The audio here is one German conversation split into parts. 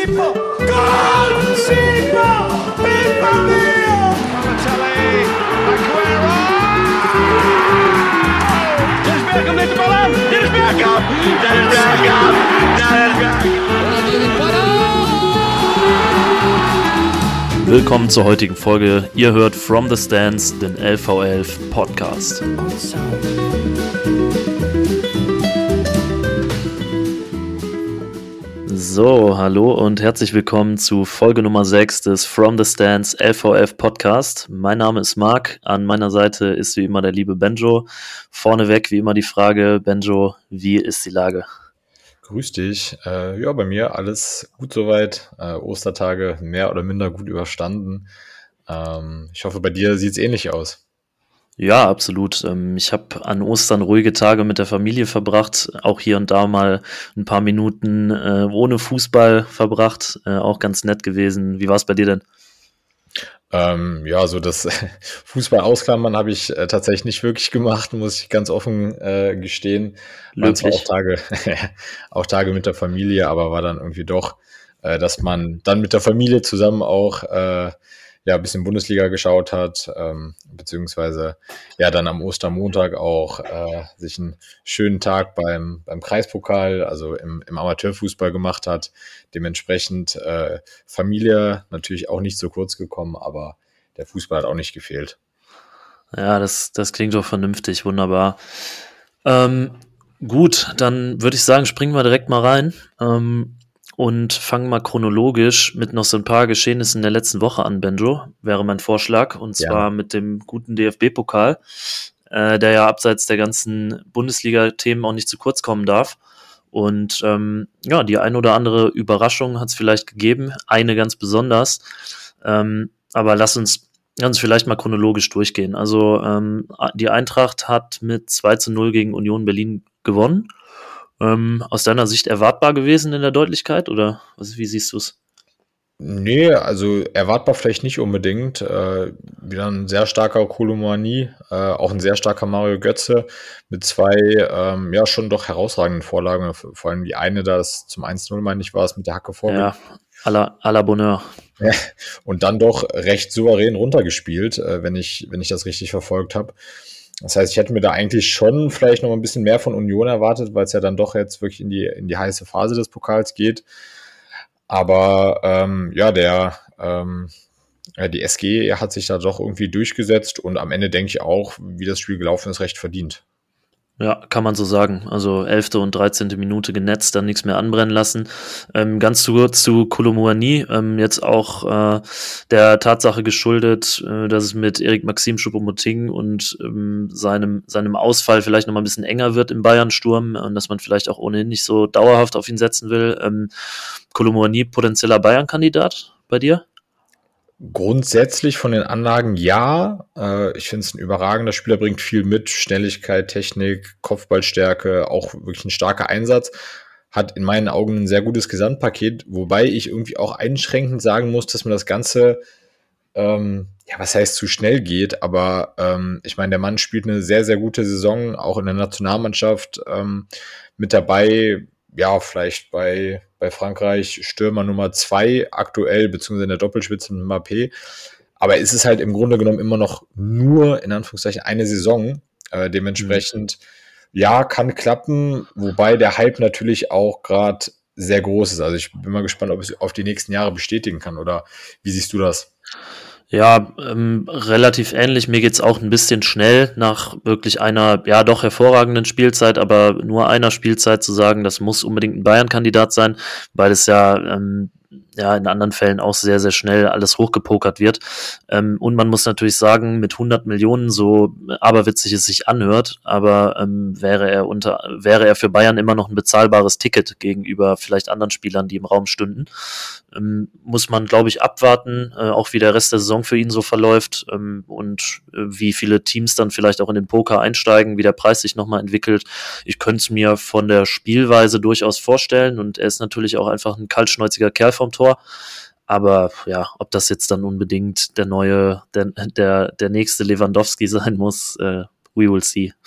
Siegler! Gol Siegler! Viva Dio! Balotelli, Aguero! Dennis Bergkamp neemt de bal aan! Dennis Bergkamp! Dennis Bergkamp! Dennis Bergkamp! Willkommen zur heutigen Folge. Ihr hört From the Stands, den LV11 Podcast. So, hallo und herzlich willkommen zu Folge Nummer 6 des From the Stands LV11 Podcast. Mein Name ist Marc, an meiner Seite ist wie immer der liebe Benjo. Vorneweg wie immer die Frage, Benjo, wie ist die Lage? Grüß dich. Ja, bei mir alles gut soweit. Ostertage mehr oder minder gut überstanden. Ich hoffe, bei dir sieht es ähnlich aus. Ja, absolut. Ich habe an Ostern ruhige Tage mit der Familie verbracht, auch hier und da mal ein paar Minuten ohne Fußball verbracht, auch ganz nett gewesen. Wie war es bei dir denn? Ja, so das Fußball ausklammern habe ich tatsächlich nicht wirklich gemacht, muss ich ganz offen gestehen. Waren zwar auch Tage mit der Familie, aber war dann irgendwie doch, dass man dann mit der Familie zusammen auch ein bisschen Bundesliga geschaut hat, beziehungsweise ja dann am Ostermontag auch sich einen schönen Tag beim Kreispokal, also im Amateurfußball gemacht hat. Dementsprechend Familie natürlich auch nicht so kurz gekommen, aber der Fußball hat auch nicht gefehlt. Ja, das klingt doch vernünftig, wunderbar. Gut, dann würde ich sagen, springen wir direkt mal rein und fangen mal chronologisch mit noch so ein paar Geschehnissen der letzten Woche an, Benjo, wäre mein Vorschlag, und zwar mit dem guten DFB-Pokal, der ja abseits der ganzen Bundesliga-Themen auch nicht zu kurz kommen darf. Und die ein oder andere Überraschung hat es vielleicht gegeben, eine ganz besonders, aber lass uns vielleicht mal chronologisch durchgehen. Also die Eintracht hat mit 2-0 gegen Union Berlin gewonnen. Aus deiner Sicht erwartbar gewesen in der Deutlichkeit, oder wie siehst du es? Nee, also erwartbar vielleicht nicht unbedingt. Wieder ein sehr starker Koulibaly, auch ein sehr starker Mario Götze mit zwei schon doch herausragenden Vorlagen. Vor allem die eine, das zum 1-0, meine ich, war es mit der Hacke vorgelegt. Ja, à la Bonheur. Ja, und dann doch recht souverän runtergespielt, wenn ich das richtig verfolgt habe. Das heißt, ich hätte mir da eigentlich schon vielleicht noch ein bisschen mehr von Union erwartet, weil es ja dann doch jetzt wirklich in die heiße Phase des Pokals geht. Aber die SG hat sich da doch irgendwie durchgesetzt und am Ende denke ich auch, wie das Spiel gelaufen ist, recht verdient. Ja, kann man so sagen. Also 11. und 13. Minute genetzt, dann nichts mehr anbrennen lassen. Ganz kurz zu Koulibaly, jetzt auch der Tatsache geschuldet, dass es mit Erik Maxim Choupo-Moting und seinem Ausfall vielleicht nochmal ein bisschen enger wird im Bayern-Sturm und dass man vielleicht auch ohnehin nicht so dauerhaft auf ihn setzen will. Koulibaly potenzieller Bayern-Kandidat bei dir? Grundsätzlich von den Anlagen ja. Ich finde es ein überragender Spieler, bringt viel mit. Schnelligkeit, Technik, Kopfballstärke, auch wirklich ein starker Einsatz. Hat in meinen Augen ein sehr gutes Gesamtpaket, wobei ich irgendwie auch einschränkend sagen muss, dass mir das Ganze, was heißt zu schnell geht, aber ich meine, der Mann spielt eine sehr, sehr gute Saison, auch in der Nationalmannschaft mit dabei. Ja, vielleicht bei Frankreich Stürmer Nummer 2 aktuell, beziehungsweise in der Doppelspitze mit Mbappé. Aber es ist halt im Grunde genommen immer noch nur, in Anführungszeichen, eine Saison. Dementsprechend, ja, kann klappen, wobei der Hype natürlich auch gerade sehr groß ist. Also ich bin mal gespannt, ob es auf die nächsten Jahre bestätigen kann. Oder wie siehst du das? Ja, relativ ähnlich. Mir geht's auch ein bisschen schnell nach wirklich einer, ja doch hervorragenden Spielzeit, aber nur einer Spielzeit zu sagen, das muss unbedingt ein Bayern-Kandidat sein, weil es in anderen Fällen auch sehr, sehr schnell alles hochgepokert wird. Und man muss natürlich sagen, mit 100 Millionen, so aberwitzig es sich anhört, aber wäre er für Bayern immer noch ein bezahlbares Ticket gegenüber vielleicht anderen Spielern, die im Raum stünden. Muss man, glaube ich, abwarten, auch wie der Rest der Saison für ihn so verläuft und wie viele Teams dann vielleicht auch in den Poker einsteigen, wie der Preis sich nochmal entwickelt. Ich könnte es mir von der Spielweise durchaus vorstellen und er ist natürlich auch einfach ein kaltschnäuziger Kerl vom Tor. Aber ja, ob das jetzt dann unbedingt der nächste Lewandowski sein muss, we will see.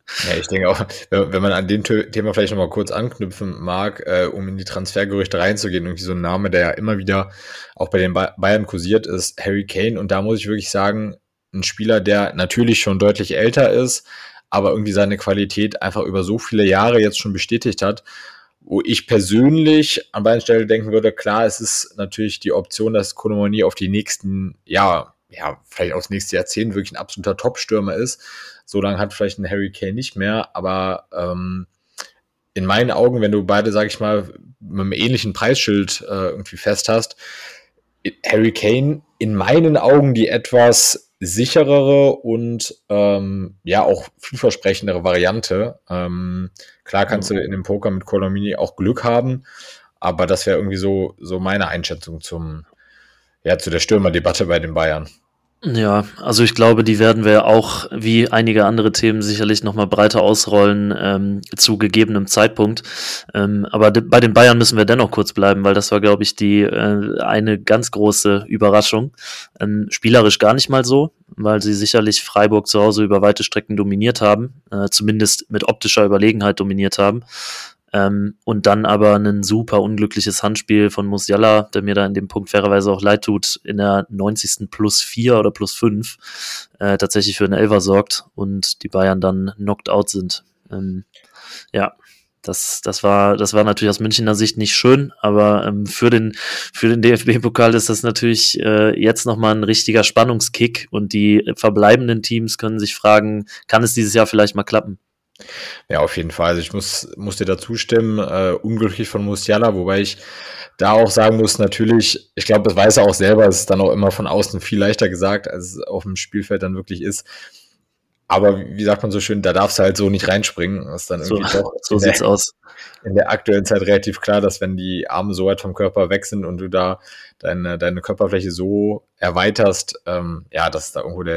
Ja, ich denke auch, wenn man an dem Thema vielleicht nochmal kurz anknüpfen mag, um in die Transfergerüchte reinzugehen, irgendwie so ein Name, der ja immer wieder auch bei den Bayern kursiert, ist Harry Kane. Und da muss ich wirklich sagen, ein Spieler, der natürlich schon deutlich älter ist, aber irgendwie seine Qualität einfach über so viele Jahre jetzt schon bestätigt hat, wo ich persönlich an beiden Stellen denken würde, klar, es ist natürlich die Option, dass Koulibaly auf die nächsten, vielleicht aufs nächste Jahrzehnt wirklich ein absoluter Top-Stürmer ist. So lange hat vielleicht ein Harry Kane nicht mehr, aber in meinen Augen, wenn du beide, sag ich mal, mit einem ähnlichen Preisschild irgendwie fest hast, Harry Kane in meinen Augen die etwas sicherere und auch vielversprechendere Variante. Klar kannst du in dem Poker mit Koulibaly auch Glück haben, aber das wäre irgendwie so meine Einschätzung zu der Stürmerdebatte bei den Bayern. Ja, also ich glaube, die werden wir auch wie einige andere Themen sicherlich nochmal breiter ausrollen zu gegebenem Zeitpunkt. Aber bei den Bayern müssen wir dennoch kurz bleiben, weil das war, glaube ich, eine ganz große Überraschung. Spielerisch gar nicht mal so, weil sie sicherlich Freiburg zu Hause über weite Strecken dominiert haben, zumindest mit optischer Überlegenheit dominiert haben. Und dann aber ein super unglückliches Handspiel von Musiala, der mir da in dem Punkt fairerweise auch leid tut, in der 90. +4 oder +5 tatsächlich für einen Elfer sorgt und die Bayern dann knocked out sind. Das war natürlich aus Münchner Sicht nicht schön, aber für den DFB-Pokal ist das natürlich jetzt nochmal ein richtiger Spannungskick und die verbleibenden Teams können sich fragen, kann es dieses Jahr vielleicht mal klappen? Ja, auf jeden Fall. Also ich muss dir dazu stimmen, unglücklich von Musiala, wobei ich da auch sagen muss, natürlich, ich glaube, das weiß er auch selber, es ist dann auch immer von außen viel leichter gesagt, als es auf dem Spielfeld dann wirklich ist. Aber wie sagt man so schön, da darfst du halt so nicht reinspringen. Das ist dann irgendwie so sieht's aus. In der aktuellen Zeit relativ klar, dass wenn die Arme so weit vom Körper weg sind und du da deine Körperfläche so erweiterst, dass es da irgendwo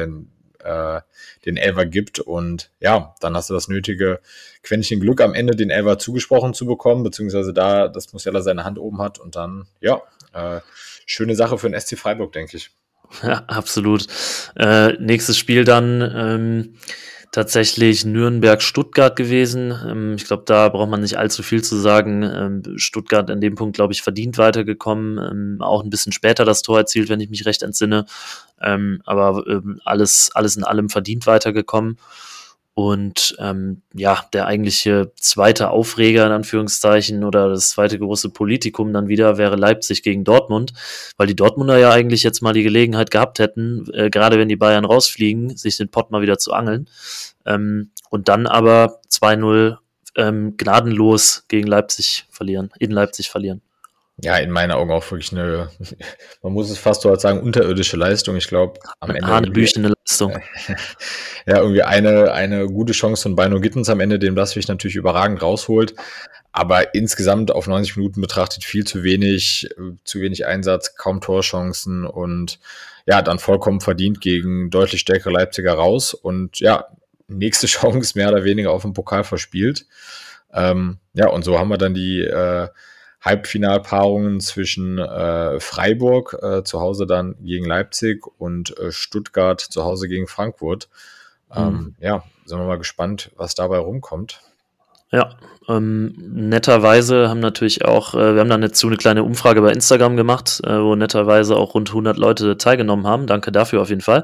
den Elfer gibt und ja, dann hast du das nötige Quäntchen Glück am Ende, den Elfer zugesprochen zu bekommen, beziehungsweise da, dass Musiala seine Hand oben hat und dann, schöne Sache für den SC Freiburg, denke ich. Ja, absolut. Nächstes Spiel dann tatsächlich Nürnberg-Stuttgart gewesen. Ich glaube, da braucht man nicht allzu viel zu sagen. Stuttgart in dem Punkt, glaube ich, verdient weitergekommen. Auch ein bisschen später das Tor erzielt, wenn ich mich recht entsinne. Aber alles in allem verdient weitergekommen. Und der eigentliche zweite Aufreger in Anführungszeichen oder das zweite große Politikum dann wieder wäre Leipzig gegen Dortmund, weil die Dortmunder ja eigentlich jetzt mal die Gelegenheit gehabt hätten, gerade wenn die Bayern rausfliegen, sich den Pott mal wieder zu angeln. Und dann aber 2-0 gnadenlos gegen Leipzig verlieren, in Leipzig verlieren. Ja, in meinen Augen auch wirklich man muss es fast so sagen, unterirdische Leistung. Ich glaube, am Ende. Hanebüchene Leistung. Ja, irgendwie eine gute Chance von Bino Gittens am Ende, dem Blaswig natürlich überragend rausholt. Aber insgesamt auf 90 Minuten betrachtet viel zu wenig Einsatz, kaum Torchancen und ja, dann vollkommen verdient gegen deutlich stärkere Leipziger raus und ja, nächste Chance mehr oder weniger auf dem Pokal verspielt. Und so haben wir dann die Halbfinalpaarungen zwischen Freiburg zu Hause dann gegen Leipzig und Stuttgart zu Hause gegen Frankfurt. Sind wir mal gespannt, was dabei rumkommt. Ja, netterweise haben natürlich auch, wir haben dann dazu eine kleine Umfrage bei Instagram gemacht, wo netterweise auch rund 100 Leute teilgenommen haben. Danke dafür auf jeden Fall.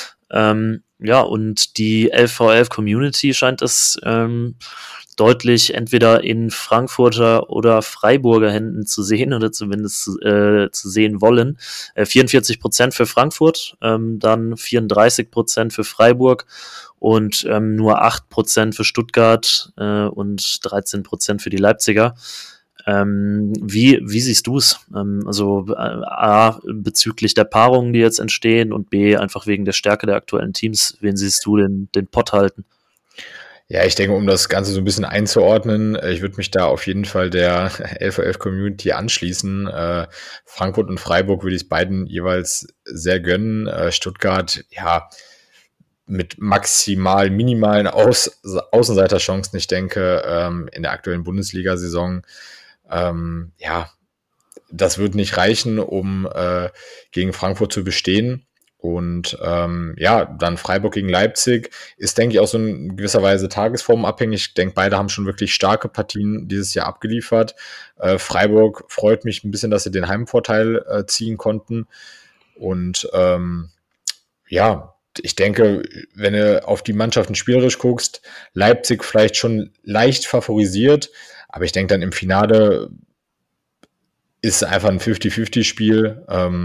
Und die 11v11-Community scheint es deutlich entweder in Frankfurter oder Freiburger Händen zu sehen oder zumindest zu sehen wollen. 44% für Frankfurt, dann 34% für Freiburg und nur 8% für Stuttgart und 13% für die Leipziger. Wie siehst du es? A, bezüglich der Paarungen, die jetzt entstehen und B, einfach wegen der Stärke der aktuellen Teams. Wen siehst du den Pott halten? Ja, ich denke, um das Ganze so ein bisschen einzuordnen, ich würde mich da auf jeden Fall der 11v11-Community anschließen. Frankfurt und Freiburg würde ich es beiden jeweils sehr gönnen. Stuttgart, ja, mit minimalen Außenseiterchancen, ich denke, in der aktuellen Bundesliga-Saison, das wird nicht reichen, um gegen Frankfurt zu bestehen. Und dann Freiburg gegen Leipzig ist, denke ich, auch so in gewisser Weise tagesformabhängig. Ich denke, beide haben schon wirklich starke Partien dieses Jahr abgeliefert. Freiburg freut mich ein bisschen, dass sie den Heimvorteil ziehen konnten. Und ich denke, wenn du auf die Mannschaften spielerisch guckst, Leipzig vielleicht schon leicht favorisiert, aber ich denke dann im Finale ist es einfach ein 50-50-Spiel.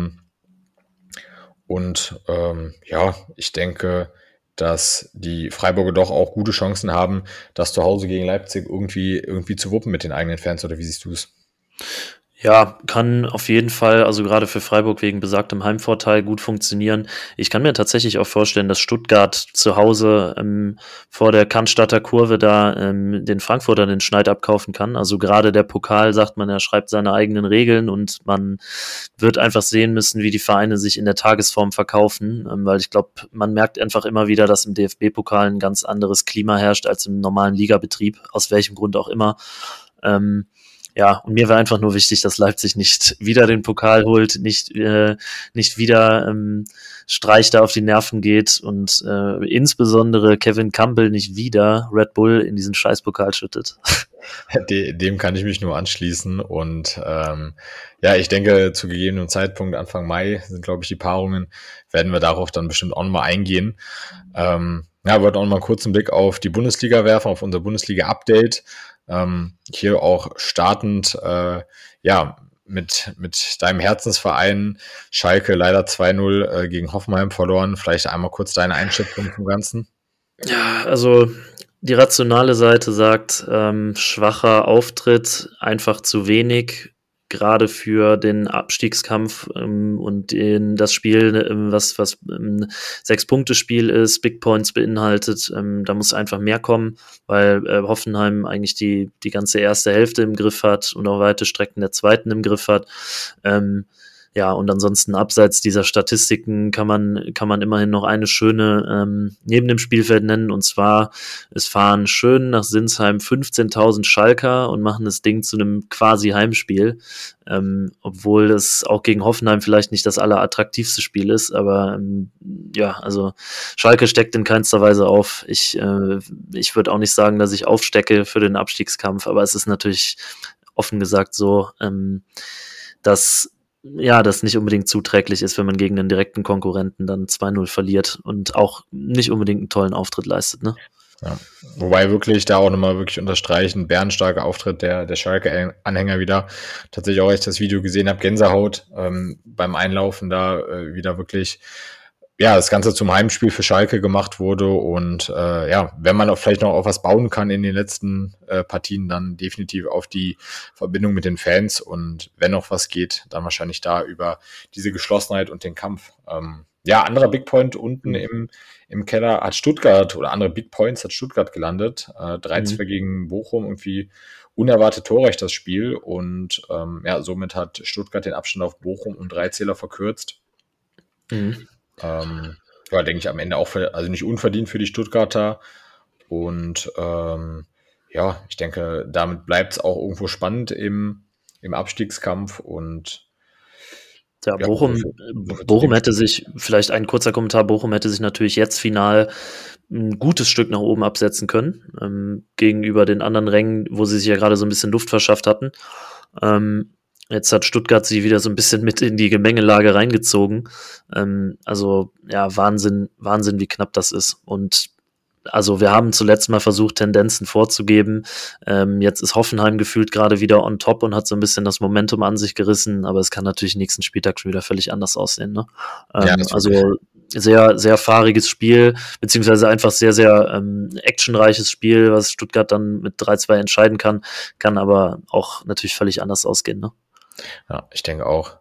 Ich denke, dass die Freiburger doch auch gute Chancen haben, das zu Hause gegen Leipzig irgendwie zu wuppen mit den eigenen Fans, oder wie siehst du es? Ja, kann auf jeden Fall, also gerade für Freiburg wegen besagtem Heimvorteil gut funktionieren. Ich kann mir tatsächlich auch vorstellen, dass Stuttgart zu Hause vor der Cannstatter Kurve da den Frankfurtern den Schneid abkaufen kann. Also gerade der Pokal, sagt man, er schreibt seine eigenen Regeln und man wird einfach sehen müssen, wie die Vereine sich in der Tagesform verkaufen, weil ich glaube, man merkt einfach immer wieder, dass im DFB-Pokal ein ganz anderes Klima herrscht als im normalen Ligabetrieb, aus welchem Grund auch immer. Und mir war einfach nur wichtig, dass Leipzig nicht wieder den Pokal holt, nicht wieder Streich da auf die Nerven geht und insbesondere Kevin Campbell nicht wieder Red Bull in diesen Scheißpokal schüttet. Dem kann ich mich nur anschließen und ich denke, zu gegebenem Zeitpunkt, Anfang Mai sind, glaube ich, die Paarungen, werden wir darauf dann bestimmt auch nochmal eingehen. Wir wollten auch noch mal einen kurzen Blick auf die Bundesliga werfen, auf unser Bundesliga-Update. Hier auch startend, mit deinem Herzensverein Schalke leider 2-0 gegen Hoffenheim verloren. Vielleicht einmal kurz deine Einschätzung zum Ganzen. Ja, also die rationale Seite sagt, schwacher Auftritt, einfach zu wenig, gerade für den Abstiegskampf und das Spiel, was 6-Punkte-Spiel ist, Big Points beinhaltet, da muss einfach mehr kommen, weil Hoffenheim eigentlich die ganze erste Hälfte im Griff hat und auch weite Strecken der zweiten im Griff hat. Und ansonsten abseits dieser Statistiken kann man immerhin noch eine schöne neben dem Spielfeld nennen, und zwar, es fahren schön nach Sinsheim 15.000 Schalker und machen das Ding zu einem quasi Heimspiel, obwohl es auch gegen Hoffenheim vielleicht nicht das allerattraktivste Spiel ist, aber also Schalke steckt in keinster Weise auf. Ich würde auch nicht sagen, dass ich aufstecke für den Abstiegskampf, aber es ist natürlich offen gesagt so, dass das nicht unbedingt zuträglich ist, wenn man gegen einen direkten Konkurrenten dann 2-0 verliert und auch nicht unbedingt einen tollen Auftritt leistet, ne? Ja. Wobei wirklich da auch nochmal wirklich unterstreichen, bärenstarker Auftritt der Schalke-Anhänger wieder. Tatsächlich auch, als ich das Video gesehen habe, Gänsehaut beim Einlaufen da wieder wirklich das Ganze zum Heimspiel für Schalke gemacht wurde und wenn man auch vielleicht noch auf was bauen kann in den letzten Partien, dann definitiv auf die Verbindung mit den Fans und wenn noch was geht, dann wahrscheinlich da über diese Geschlossenheit und den Kampf. Anderer Big Point unten im Keller hat Stuttgart, oder andere Big Points hat Stuttgart gelandet, 3-2 gegen Bochum, irgendwie unerwartet torreich das Spiel und somit hat Stuttgart den Abstand auf Bochum um 3 Zähler verkürzt. Denke ich am Ende auch, also nicht unverdient für die Stuttgarter und ich denke, damit bleibt es auch irgendwo spannend im Abstiegskampf und Bochum hätte sich, vielleicht ein kurzer Kommentar, Bochum hätte sich natürlich jetzt final ein gutes Stück nach oben absetzen können, gegenüber den anderen Rängen, wo sie sich ja gerade so ein bisschen Luft verschafft hatten. Jetzt hat Stuttgart sie wieder so ein bisschen mit in die Gemengelage reingezogen. Wahnsinn, wie knapp das ist. Und also wir haben zuletzt mal versucht, Tendenzen vorzugeben. Jetzt ist Hoffenheim gefühlt gerade wieder on top und hat so ein bisschen das Momentum an sich gerissen, aber es kann natürlich nächsten Spieltag schon wieder völlig anders aussehen, ne? Sehr, sehr fahriges Spiel, beziehungsweise einfach sehr, sehr actionreiches Spiel, was Stuttgart dann mit 3-2 entscheiden kann aber auch natürlich völlig anders ausgehen, ne? Ja, ich denke auch.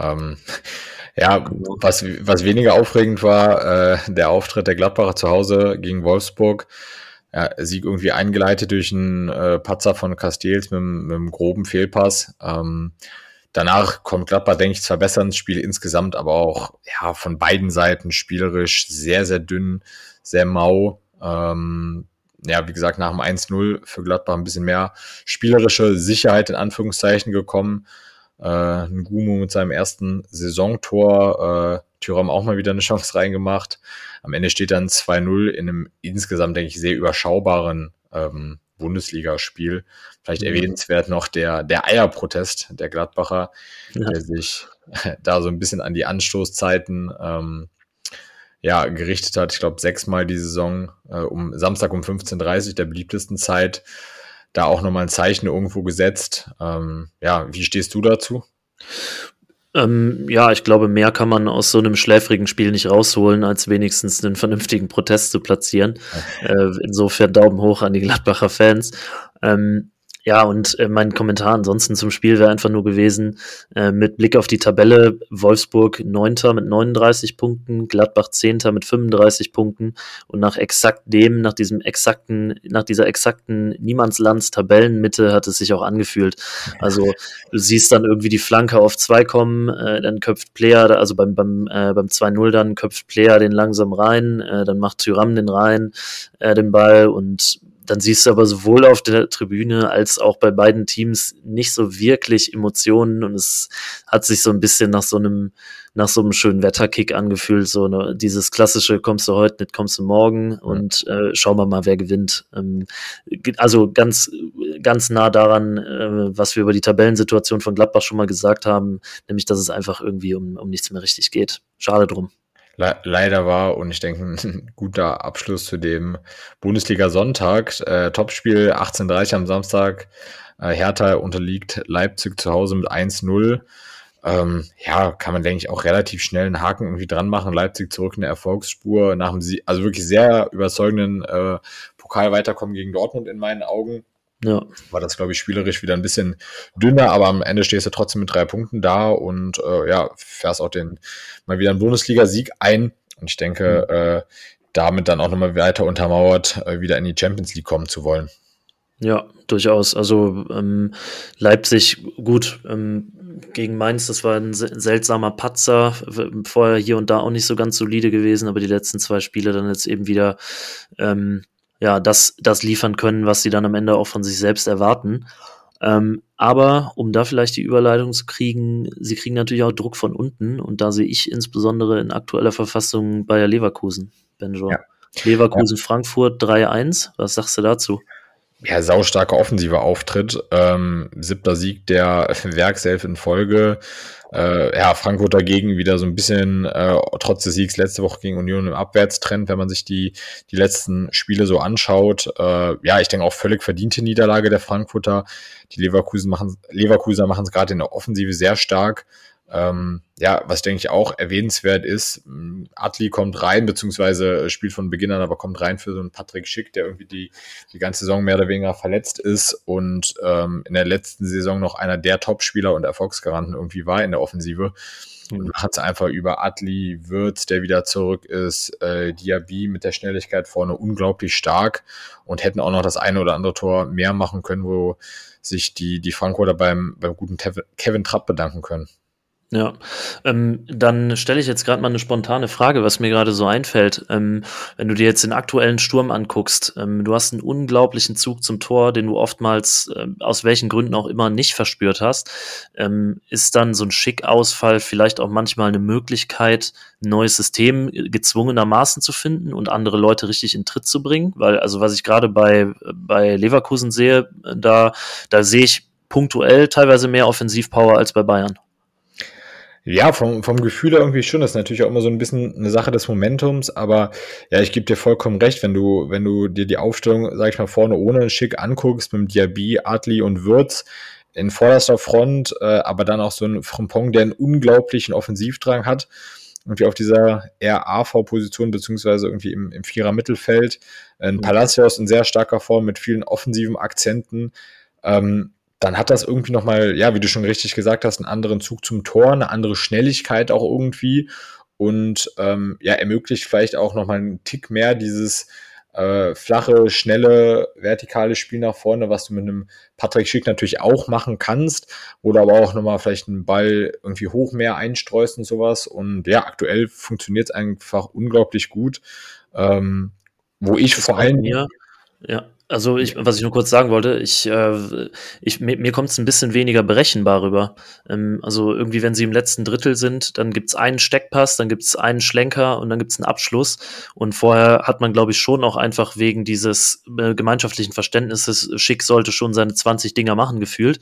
Was weniger aufregend war, der Auftritt der Gladbacher zu Hause gegen Wolfsburg. Sieg irgendwie eingeleitet durch einen Patzer von Castells mit einem groben Fehlpass. Danach kommt Gladbach, denke ich, zwar besser ins Spiel insgesamt, aber auch von beiden Seiten spielerisch sehr, sehr dünn, sehr mau. Wie gesagt, nach dem 1-0 für Gladbach ein bisschen mehr spielerische Sicherheit in Anführungszeichen gekommen. Ngumu mit seinem ersten Saisontor, Thuram auch mal wieder eine Chance reingemacht. Am Ende steht dann 2-0 in einem insgesamt, denke ich, sehr überschaubaren Bundesligaspiel. Vielleicht erwähnenswert noch der Eierprotest der Gladbacher, der sich da so ein bisschen an die Anstoßzeiten gerichtet hat. Ich glaube, 6-mal die Saison Samstag um 15:30 der beliebtesten Zeit. Da auch nochmal ein Zeichen irgendwo gesetzt. Wie stehst du dazu? Ich glaube, mehr kann man aus so einem schläfrigen Spiel nicht rausholen, als wenigstens einen vernünftigen Protest zu platzieren. Insofern Daumen hoch an die Gladbacher Fans. Mein Kommentar ansonsten zum Spiel wäre einfach nur gewesen, mit Blick auf die Tabelle, Wolfsburg 9. mit 39 Punkten, Gladbach 10. mit 35 Punkten und nach dieser exakten Niemandslands-Tabellenmitte hat es sich auch angefühlt. Also du siehst dann irgendwie die Flanke auf 2 kommen, dann köpft Player, also beim 2-0 dann köpft Player den langsam rein, dann macht Thuram den rein, den Ball, und dann siehst du aber sowohl auf der Tribüne als auch bei beiden Teams nicht so wirklich Emotionen, und es hat sich so ein bisschen nach so einem schönen Wetterkick angefühlt, so dieses klassische, kommst du heute nicht, kommst du morgen, und schauen wir mal, wer gewinnt. Also ganz, ganz nah daran, was wir über die Tabellensituation von Gladbach schon mal gesagt haben, nämlich, dass es einfach irgendwie um nichts mehr richtig geht. Schade drum. Leider war, und ich denke, ein guter Abschluss zu dem Bundesliga-Sonntag. Topspiel 18:30 am Samstag. Hertha unterliegt Leipzig zu Hause mit 1-0. Kann man, denke ich, auch relativ schnell einen Haken irgendwie dran machen. Leipzig zurück in der Erfolgsspur nach dem also wirklich sehr überzeugenden Pokalweiterkommen gegen Dortmund in meinen Augen. Ja. War das, glaube ich, spielerisch wieder ein bisschen dünner, aber am Ende stehst du trotzdem mit 3 Punkten da und fährst auch mal wieder einen Bundesliga-Sieg ein. Und ich denke, damit dann auch nochmal weiter untermauert, wieder in die Champions League kommen zu wollen. Ja, durchaus. Also Leipzig, gut, gegen Mainz, das war ein seltsamer Patzer, vorher hier und da auch nicht so ganz solide gewesen, aber die letzten 2 Spiele dann jetzt eben wieder das liefern können, was sie dann am Ende auch von sich selbst erwarten. Aber um da vielleicht die Überleitung zu kriegen, sie kriegen natürlich auch Druck von unten, und da sehe ich insbesondere in aktueller Verfassung Bayer Leverkusen, Benjo. Ja. Leverkusen, Frankfurt 3-1, was sagst du dazu? Ja, saustarker offensiver Auftritt, 7. Sieg der Werkself in Folge. Frankfurt dagegen wieder so ein bisschen, trotz des Siegs letzte Woche gegen Union, im Abwärtstrend, wenn man sich die letzten Spiele so anschaut. Ich denke auch völlig verdiente Niederlage der Frankfurter. Die Leverkusener machen es gerade in der Offensive sehr stark. Was denke ich auch erwähnenswert ist, Adli kommt rein, beziehungsweise spielt von Beginn an, aber kommt rein für so einen Patrick Schick, der irgendwie die ganze Saison mehr oder weniger verletzt ist und in der letzten Saison noch einer der Topspieler und Erfolgsgaranten irgendwie war in der Offensive. Und hat es einfach über Adli, Wirtz, der wieder zurück ist, Diaby mit der Schnelligkeit vorne unglaublich stark, und hätten auch noch das eine oder andere Tor mehr machen können, wo sich die Frankfurter beim guten Kevin Trapp bedanken können. Ja, dann stelle ich jetzt gerade mal eine spontane Frage, was mir gerade so einfällt. Wenn du dir jetzt den aktuellen Sturm anguckst, du hast einen unglaublichen Zug zum Tor, den du oftmals aus welchen Gründen auch immer nicht verspürt hast. Ist dann so ein Schick-Ausfall vielleicht auch manchmal eine Möglichkeit, ein neues System gezwungenermaßen zu finden und andere Leute richtig in Tritt zu bringen? Weil, also was ich gerade bei Leverkusen sehe, da sehe ich punktuell teilweise mehr Offensivpower als bei Bayern. Ja, vom Gefühl her irgendwie schon. Das ist natürlich auch immer so ein bisschen eine Sache des Momentums, aber ja, ich gebe dir vollkommen recht, wenn du dir die Aufstellung, sag ich mal, vorne ohne Schick anguckst, mit Diaby, Adli und Wirtz in vorderster Front, aber dann auch so ein Frimpong, der einen unglaublichen Offensivdrang hat, irgendwie auf dieser eher AV-Position, beziehungsweise irgendwie im Vierer-Mittelfeld, ein Palacios in sehr starker Form mit vielen offensiven Akzenten, dann hat das irgendwie nochmal, wie du schon richtig gesagt hast, einen anderen Zug zum Tor, eine andere Schnelligkeit auch irgendwie, und ermöglicht vielleicht auch nochmal einen Tick mehr dieses flache, schnelle, vertikale Spiel nach vorne, was du mit einem Patrick Schick natürlich auch machen kannst, oder aber auch nochmal vielleicht einen Ball irgendwie hoch mehr einstreust und sowas, und aktuell funktioniert es einfach unglaublich gut, wo ich vor allem... Also was ich nur kurz sagen wollte, mir kommt es ein bisschen weniger berechenbar rüber. Also irgendwie, wenn sie im letzten Drittel sind, dann gibt es einen Steckpass, dann gibt es einen Schlenker und dann gibt es einen Abschluss. Und vorher hat man, glaube ich, schon auch einfach wegen dieses gemeinschaftlichen Verständnisses, Schick sollte schon seine 20 Dinger machen, gefühlt,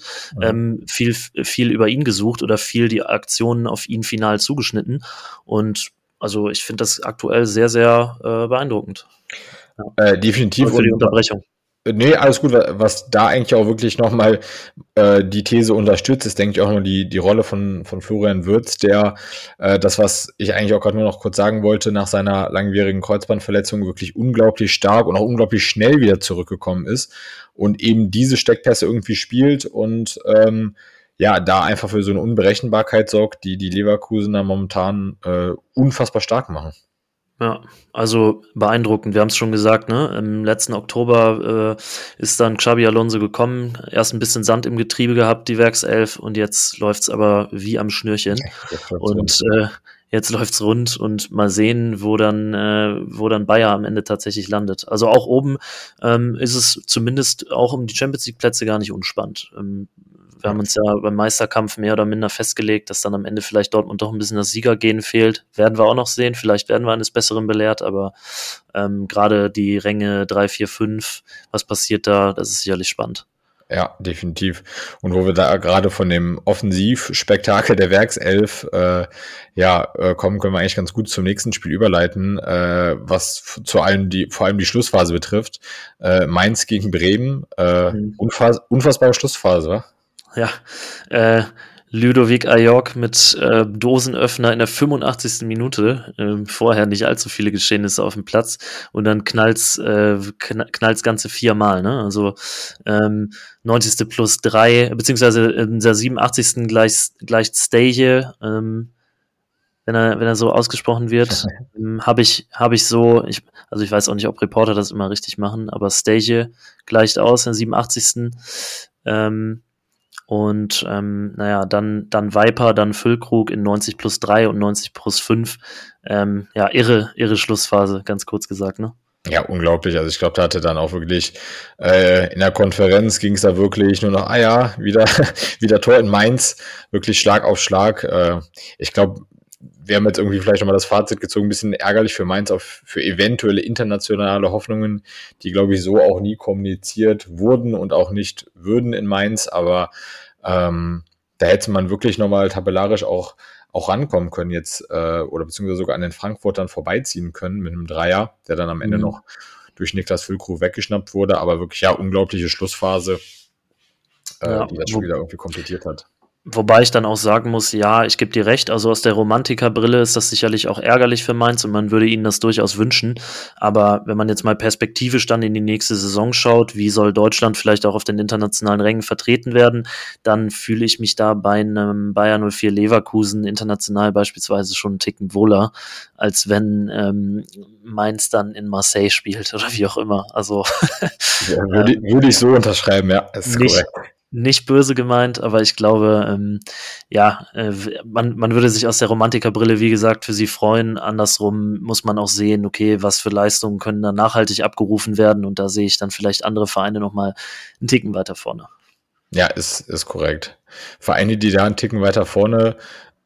viel über ihn gesucht oder viel die Aktionen auf ihn final zugeschnitten. Und also ich finde das aktuell sehr, sehr beeindruckend. Definitiv. Für die Unterbrechung. Nee, alles gut. Was da eigentlich auch wirklich nochmal die These unterstützt, ist, denke ich, auch nur die Rolle von Florian Wirtz, der das, was ich eigentlich auch gerade nur noch kurz sagen wollte, nach seiner langwierigen Kreuzbandverletzung wirklich unglaublich stark und auch unglaublich schnell wieder zurückgekommen ist und eben diese Steckpässe irgendwie spielt und da einfach für so eine Unberechenbarkeit sorgt, die Leverkusener momentan unfassbar stark machen. Ja, also beeindruckend. Wir haben es schon gesagt, ne? Im letzten Oktober ist dann Xabi Alonso gekommen, erst ein bisschen Sand im Getriebe gehabt, die Werkself, und jetzt läuft's aber wie am Schnürchen. Und jetzt läuft's rund und mal sehen, wo dann Bayer am Ende tatsächlich landet. Also auch oben ist es zumindest auch um die Champions League Plätze gar nicht unspannend. Wir haben uns ja beim Meisterkampf mehr oder minder festgelegt, dass dann am Ende vielleicht Dortmund doch ein bisschen das Siegergehen fehlt. Werden wir auch noch sehen. Vielleicht werden wir eines Besseren belehrt, aber gerade die Ränge 3, 4, 5, was passiert da, das ist sicherlich spannend. Ja, definitiv. Und wo wir da gerade von dem Offensivspektakel der Werkself kommen, können wir eigentlich ganz gut zum nächsten Spiel überleiten, was vor allem die Schlussphase betrifft. Mainz gegen Bremen, unfassbare Schlussphase, wa? Ja, Ludovic Ajorc mit Dosenöffner in der 85. Minute. Vorher nicht allzu viele Geschehnisse auf dem Platz. Und dann knallt's ganze 4-mal. Ne? Also 90. plus 3, beziehungsweise in der 87. gleicht Steje, wenn er so ausgesprochen wird, habe ich so, ich weiß auch nicht, ob Reporter das immer richtig machen, aber Steje gleicht aus in der 87. Dann Viper, dann Füllkrug in 90 plus 3 und 90 plus 5. Irre Schlussphase, ganz kurz gesagt, ne? Ja, unglaublich. Also ich glaube, da hatte dann auch wirklich in der Konferenz ging es da wirklich nur noch, wieder Tor in Mainz, wirklich Schlag auf Schlag. Ich glaube, wir haben jetzt irgendwie vielleicht nochmal das Fazit gezogen, ein bisschen ärgerlich für Mainz, für eventuelle internationale Hoffnungen, die, glaube ich, so auch nie kommuniziert wurden und auch nicht würden in Mainz, aber da hätte man wirklich nochmal tabellarisch auch rankommen können jetzt, oder beziehungsweise sogar an den Frankfurtern vorbeiziehen können mit einem Dreier, der dann am Ende noch durch Niklas Füllkrug weggeschnappt wurde, aber wirklich, unglaubliche Schlussphase, die das schon wieder irgendwie komplettiert hat. Wobei ich dann auch sagen muss, ja, ich gebe dir recht, also aus der Romantikerbrille ist das sicherlich auch ärgerlich für Mainz und man würde ihnen das durchaus wünschen, aber wenn man jetzt mal perspektivisch dann in die nächste Saison schaut, wie soll Deutschland vielleicht auch auf den internationalen Rängen vertreten werden, dann fühle ich mich da bei einem Bayer 04 Leverkusen international beispielsweise schon einen Ticken wohler, als wenn Mainz dann in Marseille spielt oder wie auch immer. Also würde ich so unterschreiben, ja, ist korrekt. Nicht böse gemeint, aber ich glaube, man würde sich aus der Romantikerbrille, wie gesagt, für sie freuen. Andersrum muss man auch sehen, okay, was für Leistungen können da nachhaltig abgerufen werden, und da sehe ich dann vielleicht andere Vereine nochmal einen Ticken weiter vorne. Ja, ist korrekt. Vereine, die da einen Ticken weiter vorne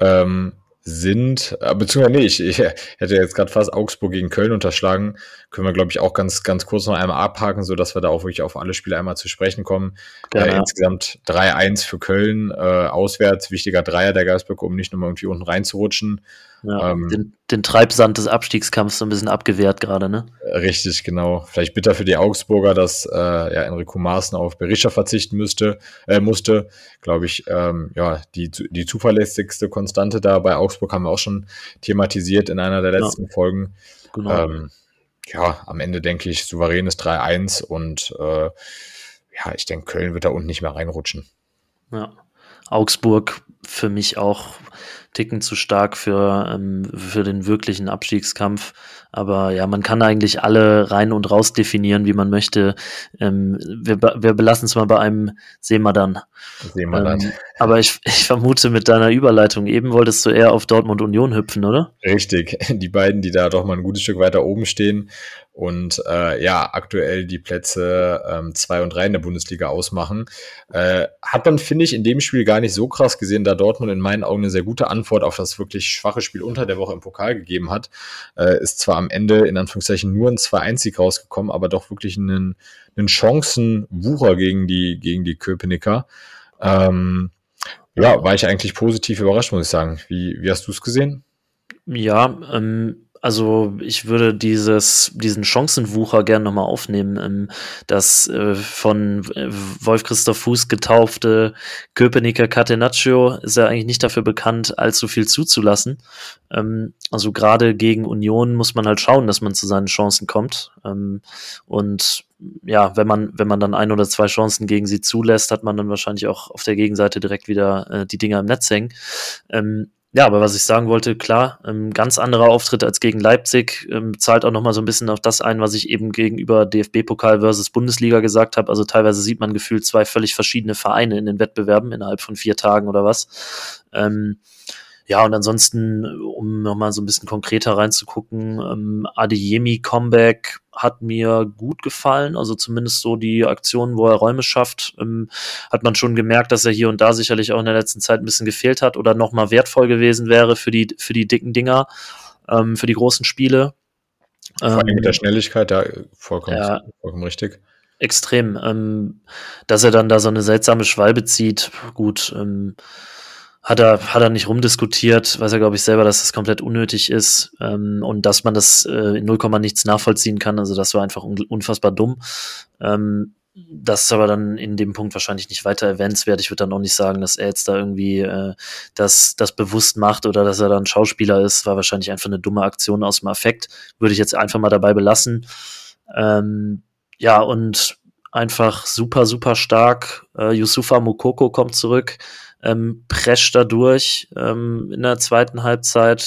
sind, beziehungsweise ich hätte jetzt gerade fast Augsburg gegen Köln unterschlagen, können wir, glaube ich, auch ganz, ganz kurz noch einmal abhaken, sodass wir da auch wirklich auf alle Spiele einmal zu sprechen kommen. Insgesamt 3-1 für Köln, auswärts, wichtiger Dreier der Geisböcke, um nicht nochmal irgendwie unten reinzurutschen. Ja, den Treibsand des Abstiegskampfs so ein bisschen abgewehrt gerade, ne? Richtig, genau. Vielleicht bitter für die Augsburger, dass Enrico Maaßen auf Berisha verzichten musste. Glaube ich, die zuverlässigste Konstante da bei Augsburg haben wir auch schon thematisiert in einer der letzten Folgen. Genau. Am Ende denke ich, souveränes 3-1 und ich denke, Köln wird da unten nicht mehr reinrutschen. Ja. Augsburg für mich auch Ticken zu stark für den wirklichen Abstiegskampf. Aber ja, man kann eigentlich alle rein und raus definieren, wie man möchte. Wir belassen es mal bei einem Sehen wir dann. Aber ich vermute, mit deiner Überleitung eben wolltest du eher auf Dortmund Union hüpfen, oder? Richtig, die beiden, die da doch mal ein gutes Stück weiter oben stehen und aktuell die Plätze 2 und 3 in der Bundesliga ausmachen. Hat man, finde ich, in dem Spiel gar nicht so krass gesehen, da Dortmund in meinen Augen eine sehr gute Antwort auf das wirklich schwache Spiel unter der Woche im Pokal gegeben hat. Ist zwar am Ende in Anführungszeichen nur ein 2-1-Sieg rausgekommen, aber doch wirklich einen Chancenwucher gegen die Köpenicker. War ich eigentlich positiv überrascht, muss ich sagen. Wie hast du es gesehen? Ja, also ich würde diesen Chancenwucher gerne nochmal aufnehmen. Das von Wolf-Christoph Fuß getaufte Köpenicker Catenaccio ist ja eigentlich nicht dafür bekannt, allzu viel zuzulassen. Also gerade gegen Union muss man halt schauen, dass man zu seinen Chancen kommt. Und ja, wenn man dann 1 oder 2 Chancen gegen sie zulässt, hat man dann wahrscheinlich auch auf der Gegenseite direkt wieder die Dinger im Netz hängen. Ja, aber was ich sagen wollte, klar, ganz anderer Auftritt als gegen Leipzig, zahlt auch nochmal so ein bisschen auf das ein, was ich eben gegenüber DFB-Pokal versus Bundesliga gesagt habe. Also teilweise sieht man gefühlt 2 völlig verschiedene Vereine in den Wettbewerben innerhalb von 4 Tagen oder was. Ja, und ansonsten, um nochmal so ein bisschen konkreter reinzugucken, Adeyemi-Comeback hat mir gut gefallen, also zumindest so die Aktionen, wo er Räume schafft, hat man schon gemerkt, dass er hier und da sicherlich auch in der letzten Zeit ein bisschen gefehlt hat oder nochmal wertvoll gewesen wäre für die dicken Dinger, für die großen Spiele. Vor allem mit der Schnelligkeit, ja, vollkommen richtig. Extrem. Dass er dann da so eine seltsame Schwalbe zieht, gut, hat er nicht rumdiskutiert, weiß er, glaube ich, selber, dass das komplett unnötig ist und dass man das in 0, nichts nachvollziehen kann. Also das war einfach unfassbar dumm. Das ist aber dann in dem Punkt wahrscheinlich nicht weiter erwähnenswert. Ich würde dann auch nicht sagen, dass er jetzt da irgendwie das bewusst macht oder dass er dann Schauspieler ist. War wahrscheinlich einfach eine dumme Aktion aus dem Affekt. Würde ich jetzt einfach mal dabei belassen. Ja, und einfach super, super stark. Youssoufa Moukoko kommt zurück. Prescht da durch in der zweiten Halbzeit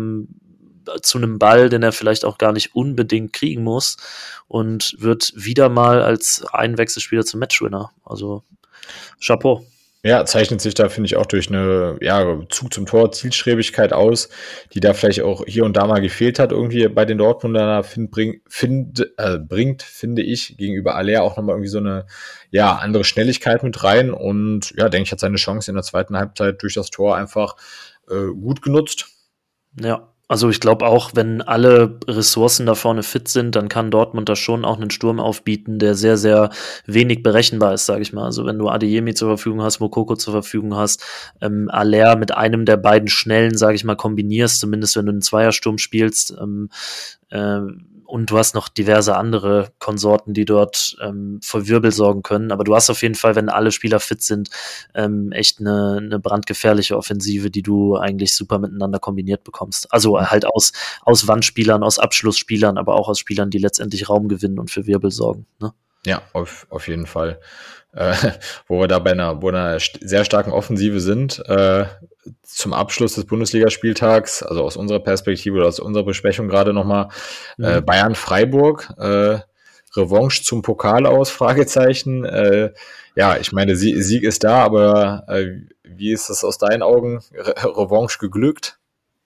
zu einem Ball, den er vielleicht auch gar nicht unbedingt kriegen muss und wird wieder mal als Einwechselspieler zum Matchwinner. Also Chapeau. Ja, zeichnet sich da, finde ich, auch durch eine Zug zum Tor, Zielstrebigkeit aus, die da vielleicht auch hier und da mal gefehlt hat, irgendwie bei den Dortmunder bringt, finde ich, gegenüber Aller auch nochmal irgendwie so eine andere Schnelligkeit mit rein und denke ich, hat seine Chance in der zweiten Halbzeit durch das Tor einfach gut genutzt. Ja. Also ich glaube auch, wenn alle Ressourcen da vorne fit sind, dann kann Dortmund da schon auch einen Sturm aufbieten, der sehr, sehr wenig berechenbar ist, sage ich mal. Also wenn du Adeyemi zur Verfügung hast, Moukoko zur Verfügung hast, Aller mit einem der beiden Schnellen, sage ich mal, kombinierst, zumindest wenn du einen Zweiersturm spielst, und du hast noch diverse andere Konsorten, die dort für Wirbel sorgen können. Aber du hast auf jeden Fall, wenn alle Spieler fit sind, echt eine brandgefährliche Offensive, die du eigentlich super miteinander kombiniert bekommst. Also halt aus Wandspielern, aus Abschlussspielern, aber auch aus Spielern, die letztendlich Raum gewinnen und für Wirbel sorgen. Ne? Ja, auf jeden Fall. Wo wir da bei einer sehr starken Offensive sind, zum Abschluss des Bundesligaspieltags, also aus unserer Perspektive oder aus unserer Besprechung gerade nochmal, Bayern-Freiburg, Revanche zum Pokal aus, Fragezeichen. Ich meine, Sieg ist da, aber wie ist das aus deinen Augen? Revanche geglückt?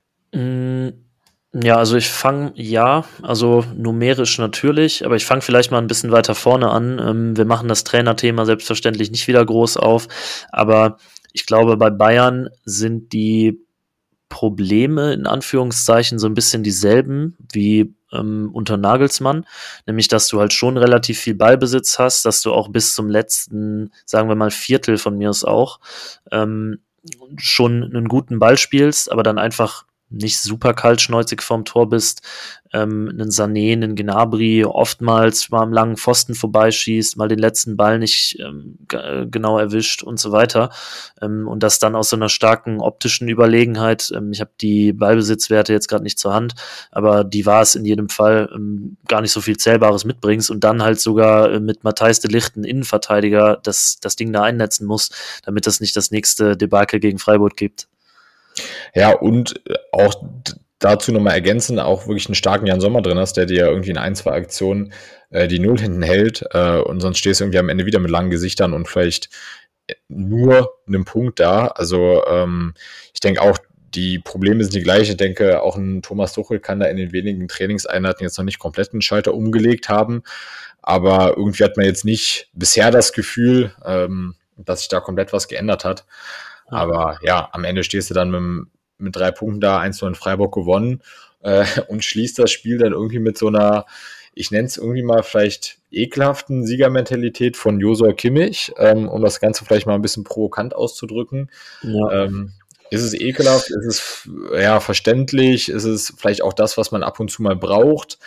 Ja, also also numerisch natürlich, aber ich fange vielleicht mal ein bisschen weiter vorne an. Wir machen das Trainerthema selbstverständlich nicht wieder groß auf, aber ich glaube, bei Bayern sind die Probleme in Anführungszeichen so ein bisschen dieselben wie unter Nagelsmann, nämlich dass du halt schon relativ viel Ballbesitz hast, dass du auch bis zum letzten, sagen wir mal Viertel von mir aus auch, schon einen guten Ball spielst, aber dann einfach nicht super kaltschnäuzig vorm Tor bist, einen Sané, einen Gnabry oftmals mal am langen Pfosten vorbeischießt, mal den letzten Ball nicht genau erwischt und so weiter. Und das dann aus so einer starken optischen Überlegenheit, ich habe die Ballbesitzwerte jetzt gerade nicht zur Hand, aber die war es in jedem Fall, gar nicht so viel Zählbares mitbringst und dann halt sogar mit Matthijs de Ligt, Innenverteidiger, das Ding da einnetzen muss, damit das nicht das nächste Debakel gegen Freiburg gibt. Ja, und auch dazu nochmal ergänzend, auch wirklich einen starken Jan Sommer drin hast, der dir irgendwie in 1, 2 Aktionen die Null hinten hält und sonst stehst du irgendwie am Ende wieder mit langen Gesichtern und vielleicht nur einen Punkt da. Also ich denke auch, die Probleme sind die gleichen. Ich denke, auch ein Thomas Tuchel kann da in den wenigen Trainingseinheiten jetzt noch nicht komplett einen Schalter umgelegt haben. Aber irgendwie hat man jetzt nicht bisher das Gefühl, dass sich da komplett was geändert hat. Ja. Aber ja, am Ende stehst du dann mit 3 Punkten da, 1-0 in Freiburg gewonnen und schließt das Spiel dann irgendwie mit so einer, ich nenne es irgendwie mal vielleicht ekelhaften Siegermentalität von Joshua Kimmich, um das Ganze vielleicht mal ein bisschen provokant auszudrücken. Ja. Ist es ekelhaft? Ist es ja verständlich? Ist es vielleicht auch das, was man ab und zu mal braucht?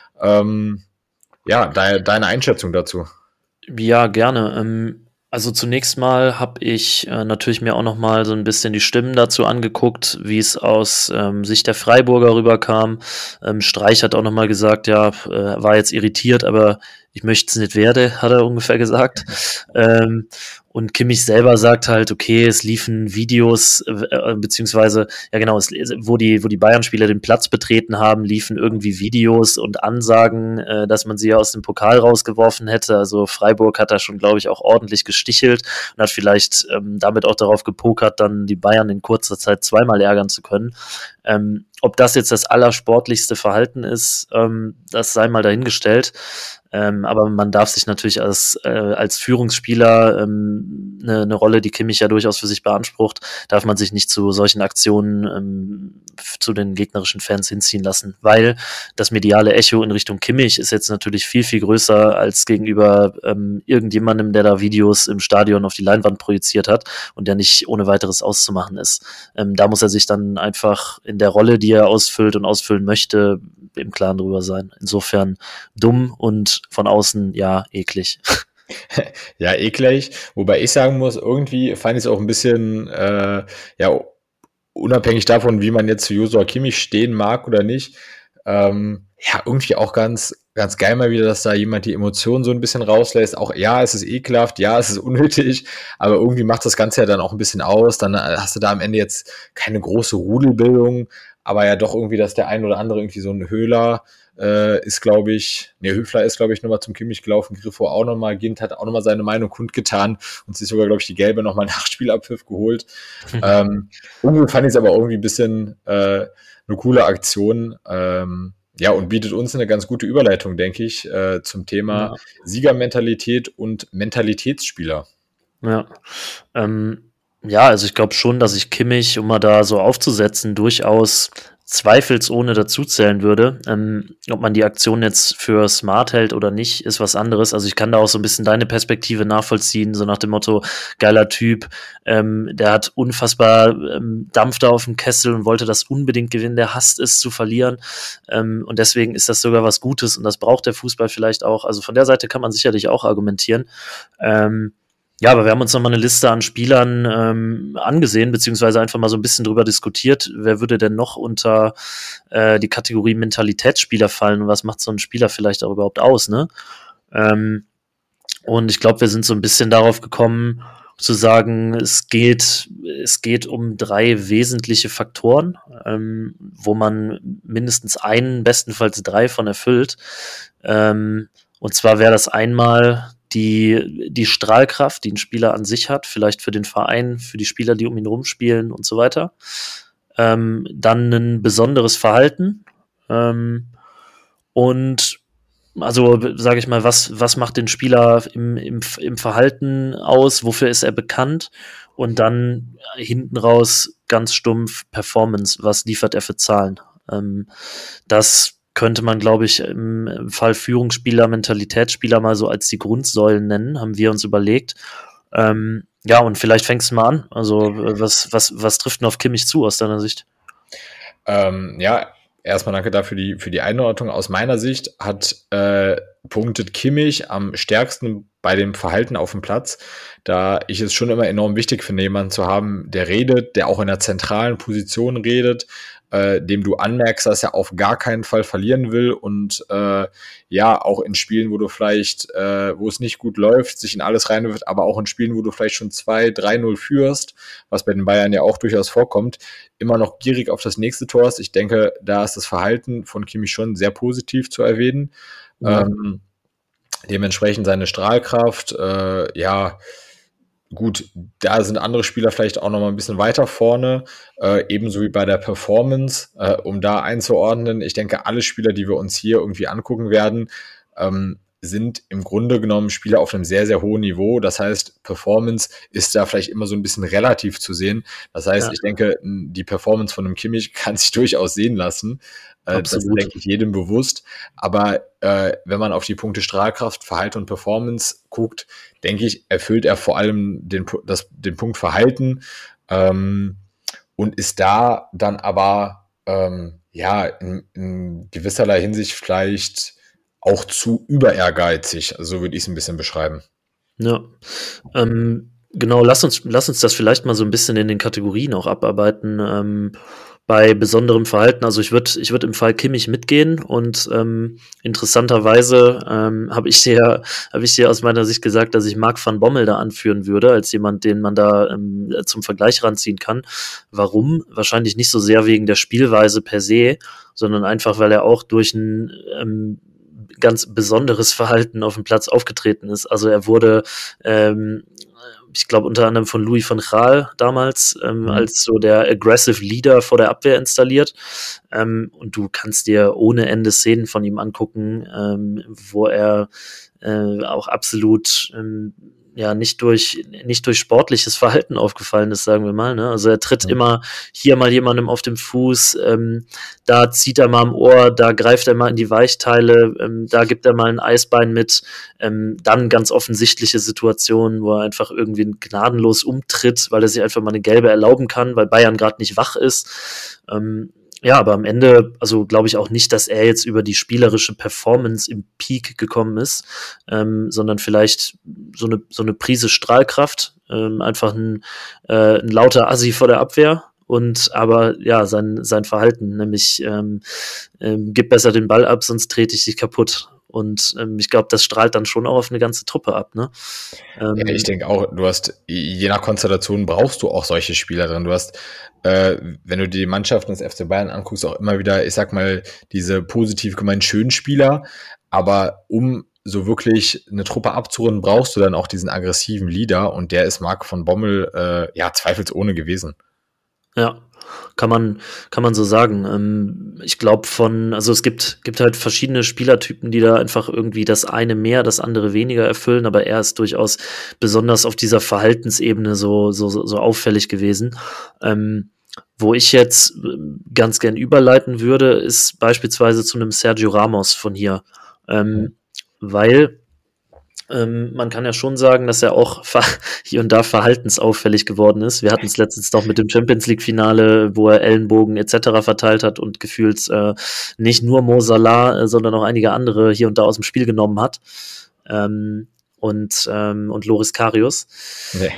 Ja, deine Einschätzung dazu. Ja, gerne. Also zunächst mal habe ich natürlich mir auch noch mal so ein bisschen die Stimmen dazu angeguckt, wie es aus Sicht der Freiburger rüberkam. Streich hat auch noch mal gesagt, ja, war jetzt irritiert, aber ich möchte es nicht werden, hat er ungefähr gesagt. Und Kimmich selber sagt halt, okay, es liefen Videos, beziehungsweise, ja genau, wo die Bayern-Spieler den Platz betreten haben, liefen irgendwie Videos und Ansagen, dass man sie ja aus dem Pokal rausgeworfen hätte. Also Freiburg hat da schon, glaube ich, auch ordentlich gestichelt und hat vielleicht damit auch darauf gepokert, dann die Bayern in kurzer Zeit zweimal ärgern zu können. Ob das jetzt das allersportlichste Verhalten ist, das sei mal dahingestellt. Aber man darf sich natürlich als Führungsspieler eine Rolle, die Kimmich ja durchaus für sich beansprucht, darf man sich nicht zu solchen Aktionen zu den gegnerischen Fans hinziehen lassen, weil das mediale Echo in Richtung Kimmich ist jetzt natürlich viel, viel größer als gegenüber irgendjemandem, der da Videos im Stadion auf die Leinwand projiziert hat und der nicht ohne weiteres auszumachen ist. Da muss er sich dann einfach in der Rolle, die er ausfüllt und ausfüllen möchte, im Klaren drüber sein. Insofern dumm und von außen, ja, eklig. Ja, eklig. Wobei ich sagen muss, irgendwie fand ich es auch ein bisschen, ja, unabhängig davon, wie man jetzt zu Joshua Kimmich stehen mag oder nicht, ja, irgendwie auch ganz geil mal wieder, dass da jemand die Emotionen so ein bisschen rauslässt. Auch, ja, es ist ekelhaft, ja, es ist unnötig, aber irgendwie macht das Ganze ja dann auch ein bisschen aus. Dann hast du da am Ende jetzt keine große Rudelbildung, aber ja doch irgendwie, dass der ein oder andere irgendwie so ein Höhler ist, glaube ich, Höfler ist, glaube ich, nochmal zum Kimmich gelaufen, Griffo auch nochmal, Ginter hat auch nochmal seine Meinung kundgetan und sich sogar, glaube ich, die gelbe nochmal nach Spielabpfiff geholt. Irgendwie fand ich es aber irgendwie ein bisschen eine coole Aktion. Ja, und bietet uns eine ganz gute Überleitung, denke ich, zum Thema Siegermentalität und Mentalitätsspieler. Ja, ja, also ich glaube schon, dass ich Kimmich, um mal da so aufzusetzen, durchaus zweifelsohne dazuzählen würde. Ob man die Aktion jetzt für smart hält oder nicht, ist was anderes. Also ich kann da auch so ein bisschen deine Perspektive nachvollziehen, so nach dem Motto, geiler Typ, der hat unfassbar Dampf da auf dem Kessel und wollte das unbedingt gewinnen, der hasst es zu verlieren und deswegen ist das sogar was Gutes und das braucht der Fußball vielleicht auch. Also von der Seite kann man sicherlich auch argumentieren. Ja, aber wir haben uns nochmal eine Liste an Spielern angesehen, beziehungsweise einfach mal so ein bisschen drüber diskutiert, wer würde denn noch unter die Kategorie Mentalitätsspieler fallen und was macht so ein Spieler vielleicht auch überhaupt aus, ne? Und ich glaube, wir sind so ein bisschen darauf gekommen, zu sagen, es geht um 3 wesentliche Faktoren, wo man mindestens einen, bestenfalls 3 von erfüllt. Und zwar wäre das einmal die Strahlkraft, die ein Spieler an sich hat, vielleicht für den Verein, für die Spieler, die um ihn rumspielen und so weiter. Dann ein besonderes Verhalten und also sage ich mal, was macht den Spieler im Verhalten aus, wofür ist er bekannt und dann hinten raus ganz stumpf Performance, was liefert er für Zahlen. Das könnte man, glaube ich, im Fall Führungsspieler, Mentalitätsspieler mal so als die Grundsäulen nennen, haben wir uns überlegt. Ja, und vielleicht fängst du mal an. Also was trifft denn auf Kimmich zu aus deiner Sicht? Ja, erstmal danke dafür für die Einordnung. Aus meiner Sicht punktet Kimmich am stärksten bei dem Verhalten auf dem Platz, da ich es schon immer enorm wichtig finde, jemanden zu haben, der redet, der auch in einer zentralen Position redet, dem du anmerkst, dass er auf gar keinen Fall verlieren will und ja, auch in Spielen, wo du vielleicht, wo es nicht gut läuft, sich in alles reinwirft, aber auch in Spielen, wo du vielleicht schon 2-3-0 führst, was bei den Bayern ja auch durchaus vorkommt, immer noch gierig auf das nächste Tor ist. Ich denke, da ist das Verhalten von Kimmich schon sehr positiv zu erwähnen. Ja. Dementsprechend seine Strahlkraft, ja, gut, da sind andere Spieler vielleicht auch noch mal ein bisschen weiter vorne, ebenso wie bei der Performance, um da einzuordnen. Ich denke, alle Spieler, die wir uns hier irgendwie angucken werden, sind im Grunde genommen Spieler auf einem sehr, sehr hohen Niveau. Das heißt, Performance ist da vielleicht immer so ein bisschen relativ zu sehen. Das heißt, ich denke, die Performance von einem Kimmich kann sich durchaus sehen lassen. Das ist, denke ich, jedem bewusst. Aber wenn man auf die Punkte Strahlkraft, Verhalten und Performance guckt, denke ich, erfüllt er vor allem den Punkt Verhalten und ist da dann aber in gewisserlei Hinsicht vielleicht auch zu überehrgeizig. So würde ich es ein bisschen beschreiben. Ja, genau, lass uns das vielleicht mal so ein bisschen in den Kategorien auch abarbeiten. Bei besonderem Verhalten, also ich würde im Fall Kimmich mitgehen und interessanterweise habe ich dir aus meiner Sicht gesagt, dass ich Marc van Bommel da anführen würde, als jemand, den man da zum Vergleich ranziehen kann. Warum? Wahrscheinlich nicht so sehr wegen der Spielweise per se, sondern einfach, weil er auch durch ein ganz besonderes Verhalten auf dem Platz aufgetreten ist. Also er wurde ich glaube unter anderem von Louis van Gaal damals als so der aggressive Leader vor der Abwehr installiert. Und du kannst dir ohne Ende Szenen von ihm angucken, wo er auch absolut nicht durch sportliches Verhalten aufgefallen ist, sagen wir mal. Ne? Also er tritt immer hier mal jemandem auf dem Fuß, da zieht er mal am Ohr, da greift er mal in die Weichteile, da gibt er mal ein Eisbein mit, dann ganz offensichtliche Situationen, wo er einfach irgendwie gnadenlos umtritt, weil er sich einfach mal eine gelbe erlauben kann, weil Bayern gerade nicht wach ist. Aber am Ende, also glaube ich auch nicht, dass er jetzt über die spielerische Performance im Peak gekommen ist, sondern vielleicht so eine Prise Strahlkraft, einfach ein lauter Assi vor der Abwehr. Und aber ja, sein Verhalten, nämlich gib besser den Ball ab, sonst trete ich dich kaputt. Und ich glaube, das strahlt dann schon auch auf eine ganze Truppe ab, ne? Ich denke auch, du hast, je nach Konstellation brauchst du auch solche Spieler drin. Du hast, wenn du die Mannschaften des FC Bayern anguckst, auch immer wieder, ich sag mal, diese positiv gemeint schönen Spieler. Aber um so wirklich eine Truppe abzurunden, brauchst du dann auch diesen aggressiven Leader. Und der ist Marc van Bommel, zweifelsohne gewesen. Ja, kann man so sagen. Ich glaube also es gibt halt verschiedene Spielertypen, die da einfach irgendwie das eine mehr, das andere weniger erfüllen, aber er ist durchaus besonders auf dieser Verhaltensebene so auffällig gewesen. Wo ich jetzt ganz gern überleiten würde, ist beispielsweise zu einem Sergio Ramos von hier. Weil man kann ja schon sagen, dass er auch hier und da verhaltensauffällig geworden ist. Wir hatten es letztens doch mit dem Champions-League-Finale, wo er Ellenbogen etc. verteilt hat und gefühlt nicht nur Mo Salah, sondern auch einige andere hier und da aus dem Spiel genommen hat. Und Loris Karius. Nee.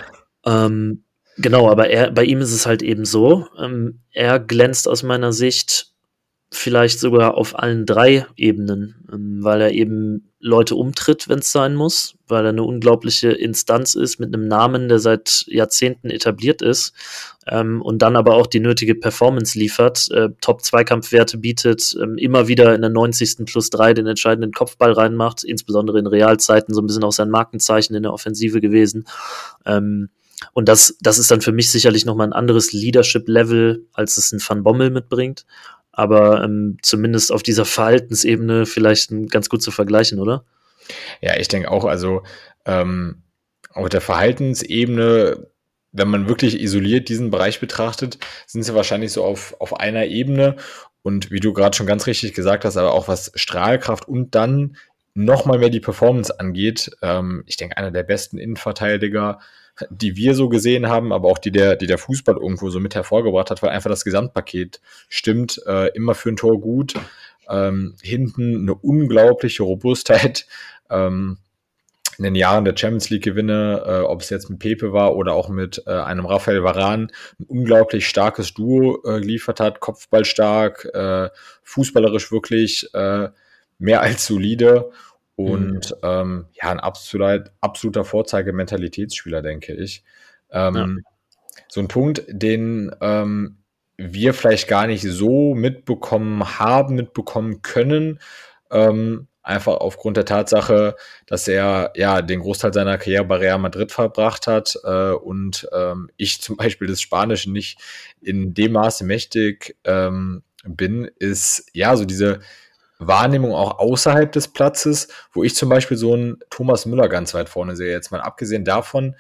Genau, aber bei ihm ist es halt eben so, er glänzt aus meiner Sicht vielleicht sogar auf allen 3 Ebenen, weil er eben Leute umtritt, wenn es sein muss, weil er eine unglaubliche Instanz ist mit einem Namen, der seit Jahrzehnten etabliert ist, und dann aber auch die nötige Performance liefert, Top-Zweikampfwerte bietet, immer wieder in der 90. +3 den entscheidenden Kopfball reinmacht, insbesondere in Realzeiten so ein bisschen auch sein Markenzeichen in der Offensive gewesen. Und das ist dann für mich sicherlich nochmal ein anderes Leadership-Level, als es ein Van Bommel mitbringt. Aber zumindest auf dieser Verhaltensebene vielleicht ganz gut zu vergleichen, oder? Ja, ich denke auch, also auf der Verhaltensebene, wenn man wirklich isoliert diesen Bereich betrachtet, sind sie wahrscheinlich so auf einer Ebene. Und wie du gerade schon ganz richtig gesagt hast, aber auch was Strahlkraft und dann nochmal mehr die Performance angeht, ich denke, einer der besten Innenverteidiger, die wir so gesehen haben, aber auch die der Fußball irgendwo so mit hervorgebracht hat, weil einfach das Gesamtpaket stimmt, immer für ein Tor gut, hinten eine unglaubliche Robustheit, in den Jahren der Champions League Gewinne, ob es jetzt mit Pepe war oder auch mit einem Raphael Varane, ein unglaublich starkes Duo geliefert hat, kopfballstark, fußballerisch wirklich mehr als solide. Und ein absoluter Vorzeigementalitätsspieler, denke ich. So ein Punkt, den wir vielleicht gar nicht so mitbekommen können, einfach aufgrund der Tatsache, dass er ja den Großteil seiner Karriere bei Real Madrid verbracht hat und ich zum Beispiel das Spanische nicht in dem Maße mächtig bin, ist ja so diese Wahrnehmung auch außerhalb des Platzes, wo ich zum Beispiel so einen Thomas Müller ganz weit vorne sehe. Jetzt mal abgesehen davon,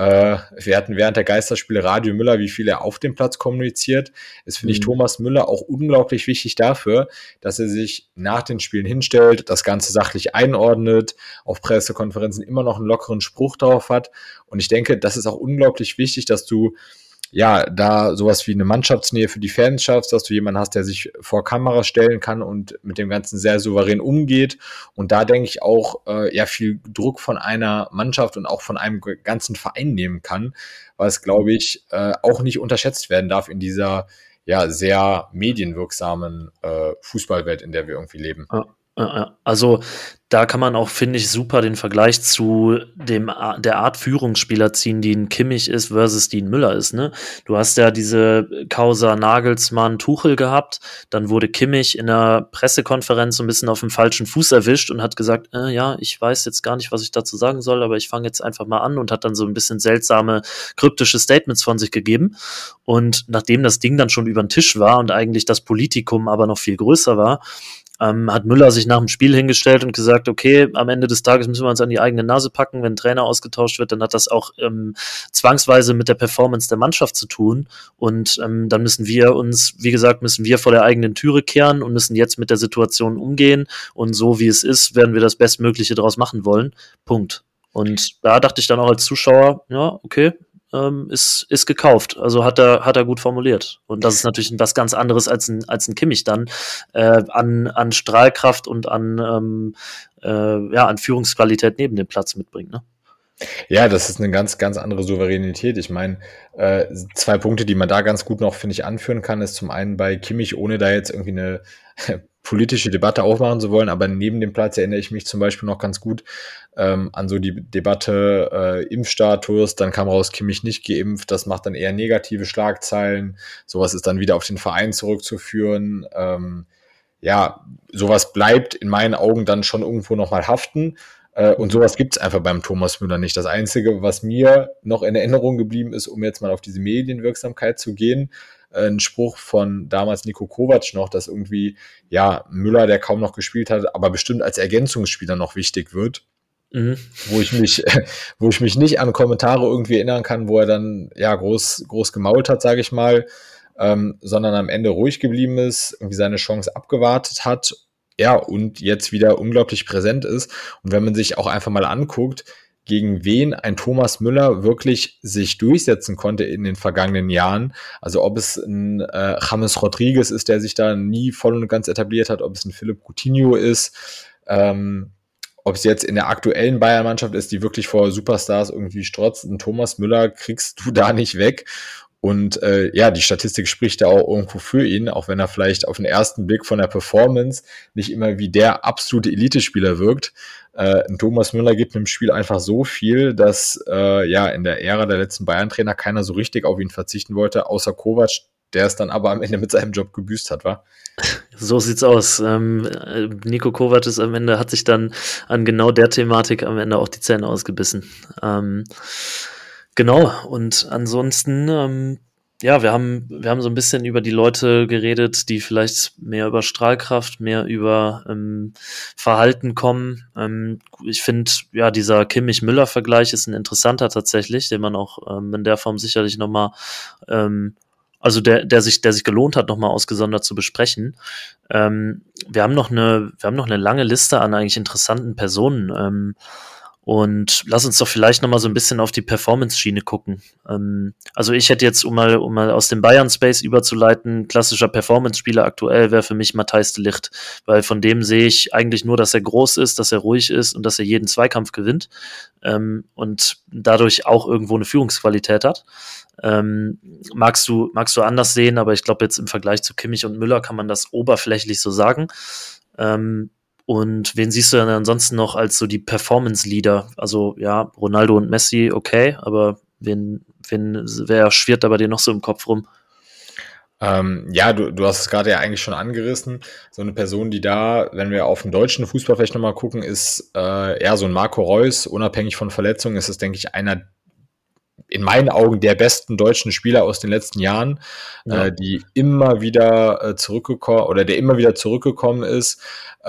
wir hatten während der Geisterspiele Radio Müller, wie viel er auf dem Platz kommuniziert, ist, finde ich, Thomas Müller auch unglaublich wichtig dafür, dass er sich nach den Spielen hinstellt, das Ganze sachlich einordnet, auf Pressekonferenzen immer noch einen lockeren Spruch drauf hat. Und ich denke, das ist auch unglaublich wichtig, dass du ja, da sowas wie eine Mannschaftsnähe für die Fans schaffst, dass du jemanden hast, der sich vor Kamera stellen kann und mit dem Ganzen sehr souverän umgeht. Und da denke ich auch, ja, viel Druck von einer Mannschaft und auch von einem ganzen Verein nehmen kann, was, glaube ich, auch nicht unterschätzt werden darf in dieser, ja, sehr medienwirksamen Fußballwelt, in der wir irgendwie leben. Also da kann man auch, finde ich, super den Vergleich zu der Art Führungsspieler ziehen, die ein Kimmich ist versus die ein Müller ist. Ne? Du hast ja diese Causa Nagelsmann-Tuchel gehabt, dann wurde Kimmich in der Pressekonferenz so ein bisschen auf dem falschen Fuß erwischt und hat gesagt, ja, ich weiß jetzt gar nicht, was ich dazu sagen soll, aber ich fange jetzt einfach mal an und hat dann so ein bisschen seltsame, kryptische Statements von sich gegeben. Und nachdem das Ding dann schon über den Tisch war und eigentlich das Politikum aber noch viel größer war, hat Müller sich nach dem Spiel hingestellt und gesagt, okay, am Ende des Tages müssen wir uns an die eigene Nase packen, wenn ein Trainer ausgetauscht wird, dann hat das auch zwangsweise mit der Performance der Mannschaft zu tun und dann müssen wir uns, wie gesagt, vor der eigenen Türe kehren und müssen jetzt mit der Situation umgehen und so wie es ist, werden wir das Bestmögliche daraus machen wollen. Punkt. Und da dachte ich dann auch als Zuschauer, ja, okay, ist gekauft. Also hat er gut formuliert. Und das ist natürlich was ganz anderes als ein Kimmich dann an Strahlkraft und an Führungsqualität neben dem Platz mitbringt. Ne? Ja, das ist eine ganz, ganz andere Souveränität. Ich meine, 2 Punkte, die man da ganz gut noch, finde ich, anführen kann, ist zum einen bei Kimmich, ohne da jetzt irgendwie eine politische Debatte aufmachen zu wollen, aber neben dem Platz erinnere ich mich zum Beispiel noch ganz gut an so die Debatte Impfstatus, dann kam raus, Kimmich nicht geimpft, das macht dann eher negative Schlagzeilen, sowas ist dann wieder auf den Verein zurückzuführen. Ja, sowas bleibt in meinen Augen dann schon irgendwo nochmal haften. Und sowas gibt's einfach beim Thomas Müller nicht. Das Einzige, was mir noch in Erinnerung geblieben ist, um jetzt mal auf diese Medienwirksamkeit zu gehen, ein Spruch von damals Niko Kovac noch, dass irgendwie, ja, Müller, der kaum noch gespielt hat, aber bestimmt als Ergänzungsspieler noch wichtig wird. Wo ich mich nicht an Kommentare irgendwie erinnern kann, wo er dann, ja, groß gemault hat, sage ich mal, sondern am Ende ruhig geblieben ist, irgendwie seine Chance abgewartet hat, ja, und jetzt wieder unglaublich präsent ist. Und wenn man sich auch einfach mal anguckt, gegen wen ein Thomas Müller wirklich sich durchsetzen konnte in den vergangenen Jahren, also ob es ein James Rodriguez ist, der sich da nie voll und ganz etabliert hat, ob es ein Philipp Coutinho ist, ob es jetzt in der aktuellen Bayern-Mannschaft ist, die wirklich vor Superstars irgendwie strotzt, einen Thomas Müller kriegst du da nicht weg. Und ja, die Statistik spricht ja auch irgendwo für ihn, auch wenn er vielleicht auf den ersten Blick von der Performance nicht immer wie der absolute Elitespieler wirkt. Ein Thomas Müller gibt im Spiel einfach so viel, dass ja in der Ära der letzten Bayern-Trainer keiner so richtig auf ihn verzichten wollte, außer Kovac, der es dann aber am Ende mit seinem Job gebüßt hat, wa? So sieht's aus. Niko Kovac ist am Ende, hat sich dann an genau der Thematik am Ende auch die Zähne ausgebissen. Genau, und ansonsten, ja, wir haben so ein bisschen über die Leute geredet, die vielleicht mehr über Strahlkraft, mehr über Verhalten kommen. Ich finde, ja, dieser Kimmich-Müller-Vergleich ist ein interessanter tatsächlich, den man auch in der Form sicherlich nochmal, also der sich gelohnt hat, nochmal ausgesondert zu besprechen. Wir haben noch eine lange Liste an eigentlich interessanten Personen. Und lass uns doch vielleicht nochmal so ein bisschen auf die Performance-Schiene gucken. Also ich hätte jetzt, um mal aus dem Bayern-Space überzuleiten, klassischer Performance-Spieler aktuell wäre für mich Matthijs de Ligt, weil von dem sehe ich eigentlich nur, dass er groß ist, dass er ruhig ist und dass er jeden Zweikampf gewinnt und dadurch auch irgendwo eine Führungsqualität hat. Magst du anders sehen, aber ich glaube jetzt im Vergleich zu Kimmich und Müller kann man das oberflächlich so sagen. Und wen siehst du dann ansonsten noch als so die Performance-Leader? Also ja, Ronaldo und Messi, okay, aber wer schwirrt da bei dir noch so im Kopf rum? Ja, du hast es gerade ja eigentlich schon angerissen. So eine Person, die da, wenn wir auf den deutschen Fußball vielleicht nochmal gucken, ist so ein Marco Reus. Unabhängig von Verletzungen ist es, denke ich, einer in meinen Augen der besten deutschen Spieler aus den letzten Jahren, Ja. die immer wieder zurückgekommen oder der immer wieder zurückgekommen ist.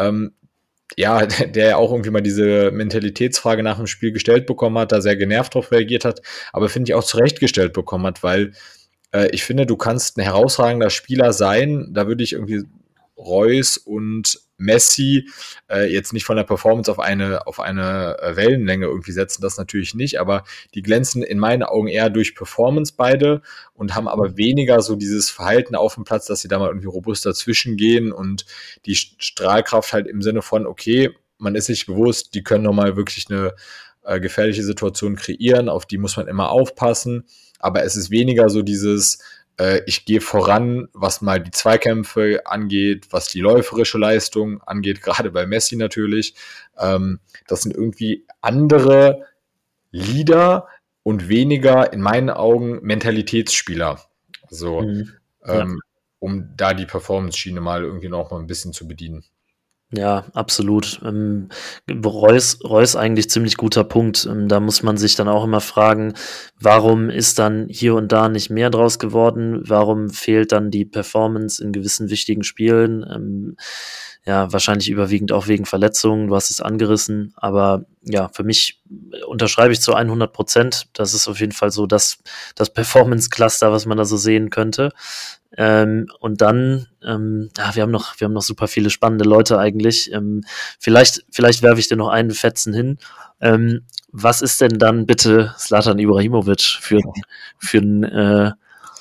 Der ja auch irgendwie mal diese Mentalitätsfrage nach dem Spiel gestellt bekommen hat, da sehr genervt drauf reagiert hat, aber finde ich auch zurechtgestellt bekommen hat, weil ich finde, du kannst ein herausragender Spieler sein, da würde ich irgendwie Reus und Messi jetzt nicht von der Performance auf eine Wellenlänge irgendwie setzen, das natürlich nicht, aber die glänzen in meinen Augen eher durch Performance beide und haben aber weniger so dieses Verhalten auf dem Platz, dass sie da mal irgendwie robust dazwischen gehen und die Strahlkraft halt im Sinne von, okay, man ist sich bewusst, die können nochmal wirklich eine gefährliche Situation kreieren, auf die muss man immer aufpassen, aber es ist weniger so dieses ich gehe voran, was mal die Zweikämpfe angeht, was die läuferische Leistung angeht, gerade bei Messi natürlich. Das sind irgendwie andere Leader und weniger in meinen Augen Mentalitätsspieler. So, Ja. um da die Performance-Schiene mal irgendwie noch mal ein bisschen zu bedienen. Ja, absolut. Reus eigentlich ziemlich guter Punkt. Da muss man sich dann auch immer fragen, warum ist dann hier und da nicht mehr draus geworden? Warum fehlt dann die Performance in gewissen wichtigen Spielen? Ja, wahrscheinlich überwiegend auch wegen Verletzungen. Du hast es angerissen. Aber ja, für mich unterschreibe ich zu 100%. Das ist auf jeden Fall so das Performance-Cluster, was man da so sehen könnte. Und dann, wir haben noch super viele spannende Leute eigentlich. Vielleicht werfe ich dir noch einen Fetzen hin. Was ist denn dann bitte Zlatan Ibrahimovic für ein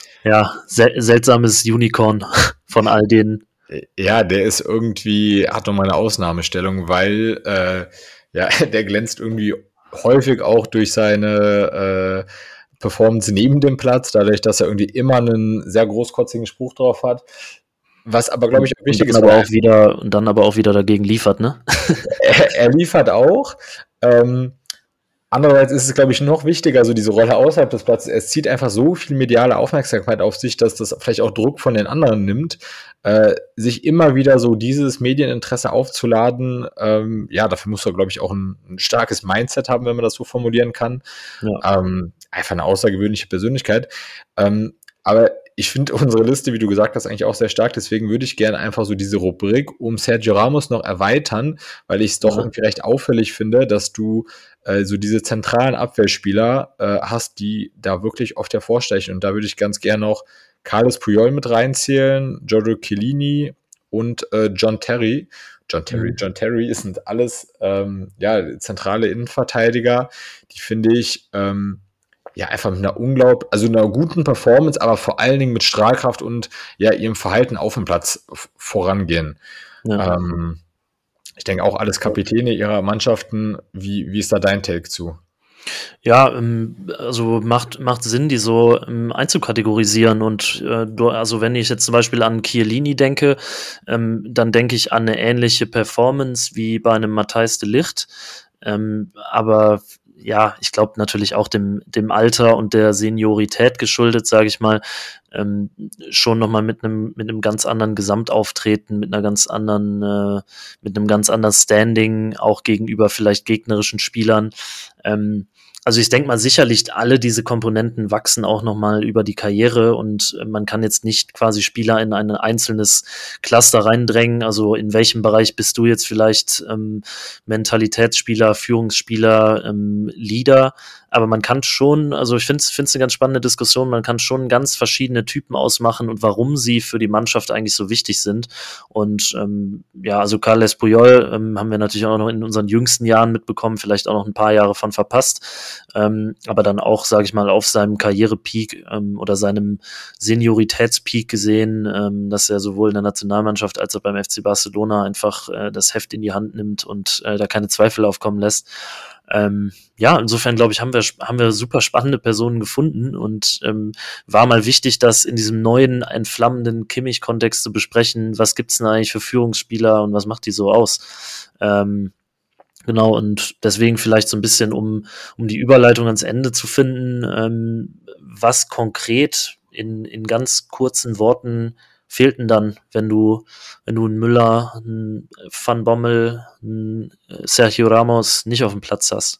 seltsames Unicorn von all denen? Ja, der ist irgendwie, hat nochmal eine Ausnahmestellung, weil der glänzt irgendwie häufig auch durch seine Performance neben dem Platz, dadurch, dass er irgendwie immer einen sehr großkotzigen Spruch drauf hat. Was aber, glaube ich, auch wichtig ist. Und dann aber auch wieder dagegen liefert, ne? Er liefert auch. Andererseits ist es, glaube ich, noch wichtiger, so diese Rolle außerhalb des Platzes. Es zieht einfach so viel mediale Aufmerksamkeit auf sich, dass das vielleicht auch Druck von den anderen nimmt, sich immer wieder so dieses Medieninteresse aufzuladen. Dafür muss er, glaube ich, auch ein starkes Mindset haben, wenn man das so formulieren kann. Ja. Einfach eine außergewöhnliche Persönlichkeit. Aber ich finde unsere Liste, wie du gesagt hast, eigentlich auch sehr stark. Deswegen würde ich gerne einfach so diese Rubrik um Sergio Ramos noch erweitern, weil ich es doch irgendwie recht auffällig finde, dass du so diese zentralen Abwehrspieler hast, die da wirklich oft hervorstechen. Und da würde ich ganz gerne noch Carlos Puyol mit reinzählen, Giorgio Chiellini und John Terry. John Terry sind alles zentrale Innenverteidiger, die finde ich einfach mit einer guten Performance, aber vor allen Dingen mit Strahlkraft und ihrem Verhalten auf dem Platz vorangehen. Ja. Ich denke auch alles Kapitäne ihrer Mannschaften. Wie ist da dein Take zu? Ja, also macht Sinn, die so einzukategorisieren und also wenn ich jetzt zum Beispiel an Chiellini denke, dann denke ich an eine ähnliche Performance wie bei einem Matthijs de Ligt, aber ja, ich glaube natürlich auch dem Alter und der Seniorität geschuldet, sage ich mal, schon nochmal mit einem ganz anderen Gesamtauftreten, mit einem ganz anderen Standing, auch gegenüber vielleicht gegnerischen Spielern. Also ich denke mal, sicherlich alle diese Komponenten wachsen auch nochmal über die Karriere und man kann jetzt nicht quasi Spieler in ein einzelnes Cluster reindrängen. Also in welchem Bereich bist du jetzt vielleicht Mentalitätsspieler, Führungsspieler, Leader? Aber man kann schon, also ich finde es eine ganz spannende Diskussion, man kann schon ganz verschiedene Typen ausmachen und warum sie für die Mannschaft eigentlich so wichtig sind. Und also Carles Puyol haben wir natürlich auch noch in unseren jüngsten Jahren mitbekommen, vielleicht auch noch ein paar Jahre von verpasst, aber dann auch, sage ich mal, auf seinem Karrierepeak oder seinem Senioritätspeak gesehen, dass er sowohl in der Nationalmannschaft als auch beim FC Barcelona einfach das Heft in die Hand nimmt und da keine Zweifel aufkommen lässt. Insofern glaube ich, haben wir super spannende Personen gefunden und war mal wichtig, das in diesem neuen, entflammenden Kimmich-Kontext zu besprechen. Was gibt's denn eigentlich für Führungsspieler und was macht die so aus? Genau, und deswegen vielleicht so ein bisschen, um die Überleitung ans Ende zu finden, was konkret in ganz kurzen Worten fehlt denn dann, wenn du einen Müller, einen Van Bommel, einen Sergio Ramos nicht auf dem Platz hast?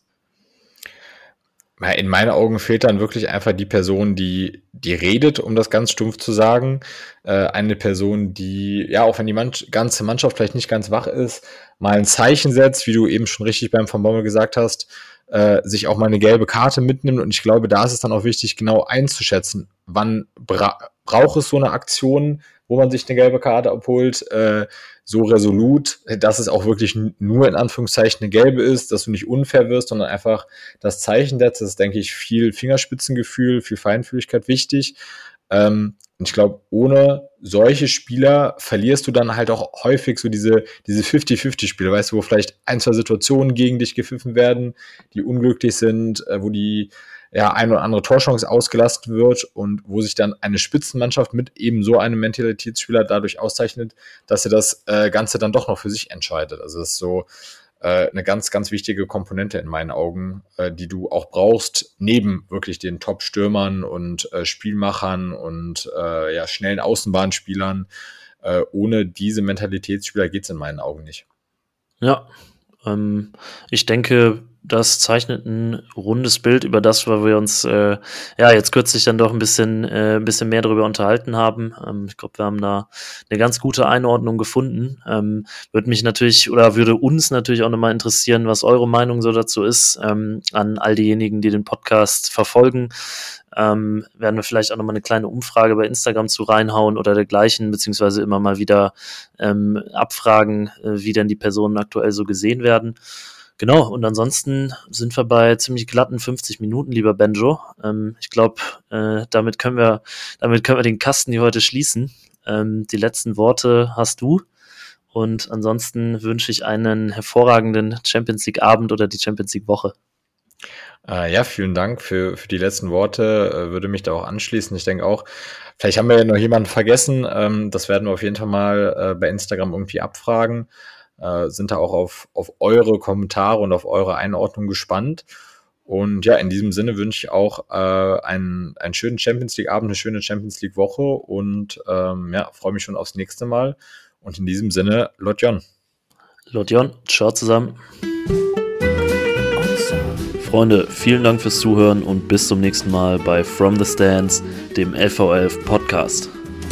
In meinen Augen fehlt dann wirklich einfach die Person, die redet, um das ganz stumpf zu sagen. Eine Person, die, ja, auch wenn die ganze Mannschaft vielleicht nicht ganz wach ist, mal ein Zeichen setzt, wie du eben schon richtig beim Van Bommel gesagt hast, sich auch mal eine gelbe Karte mitnimmt. Und ich glaube, da ist es dann auch wichtig, genau einzuschätzen, wann braucht es so eine Aktion, wo man sich eine gelbe Karte abholt, so resolut, dass es auch wirklich nur in Anführungszeichen eine gelbe ist, dass du nicht unfair wirst, sondern einfach das Zeichen setzt. Das ist, denke ich, viel Fingerspitzengefühl, viel Feinfühligkeit wichtig. Und ich glaube, ohne solche Spieler verlierst du dann halt auch häufig so diese 50-50-Spiele, weißt du, wo vielleicht 1, 2 Situationen gegen dich gepfiffen werden, die unglücklich sind, wo die ein oder andere Torchance ausgelastet wird und wo sich dann eine Spitzenmannschaft mit eben so einem Mentalitätsspieler dadurch auszeichnet, dass er das Ganze dann doch noch für sich entscheidet. Also das ist so eine ganz, ganz wichtige Komponente in meinen Augen, die du auch brauchst, neben wirklich den Top-Stürmern und Spielmachern und schnellen Außenbahnspielern. Ohne diese Mentalitätsspieler geht es in meinen Augen nicht. Ja, ich denke, das zeichnet ein rundes Bild über das, weil wir uns jetzt kürzlich dann doch ein bisschen mehr darüber unterhalten haben. Ich glaube, wir haben da eine ganz gute Einordnung gefunden. Würde uns natürlich auch nochmal interessieren, was eure Meinung so dazu ist, an all diejenigen, die den Podcast verfolgen. Werden wir vielleicht auch nochmal eine kleine Umfrage bei Instagram zu reinhauen oder dergleichen, beziehungsweise immer mal wieder abfragen, wie denn die Personen aktuell so gesehen werden. Genau, und ansonsten sind wir bei ziemlich glatten 50 Minuten, lieber Benjo. Ich glaube, damit können wir den Kasten hier heute schließen. Die letzten Worte hast du. Und ansonsten wünsche ich einen hervorragenden Champions-League-Abend oder die Champions-League-Woche. Vielen Dank für die letzten Worte. Würde mich da auch anschließen. Ich denke auch, vielleicht haben wir ja noch jemanden vergessen. Das werden wir auf jeden Fall mal bei Instagram irgendwie abfragen. Sind da auch auf eure Kommentare und auf eure Einordnung gespannt. Und ja, in diesem Sinne wünsche ich auch einen schönen Champions-League-Abend, eine schöne Champions-League-Woche und freue mich schon aufs nächste Mal. Und in diesem Sinne, Lotjon. Lotjon, ciao zusammen. Freunde, vielen Dank fürs Zuhören und bis zum nächsten Mal bei From the Stands, dem LV11 Podcast.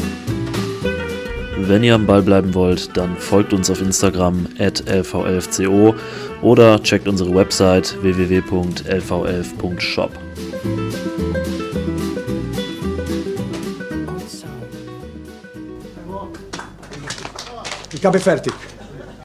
Wenn ihr am Ball bleiben wollt, dann folgt uns auf Instagram @lv11co oder checkt unsere Website www.lv11.shop. Ich habe fertig.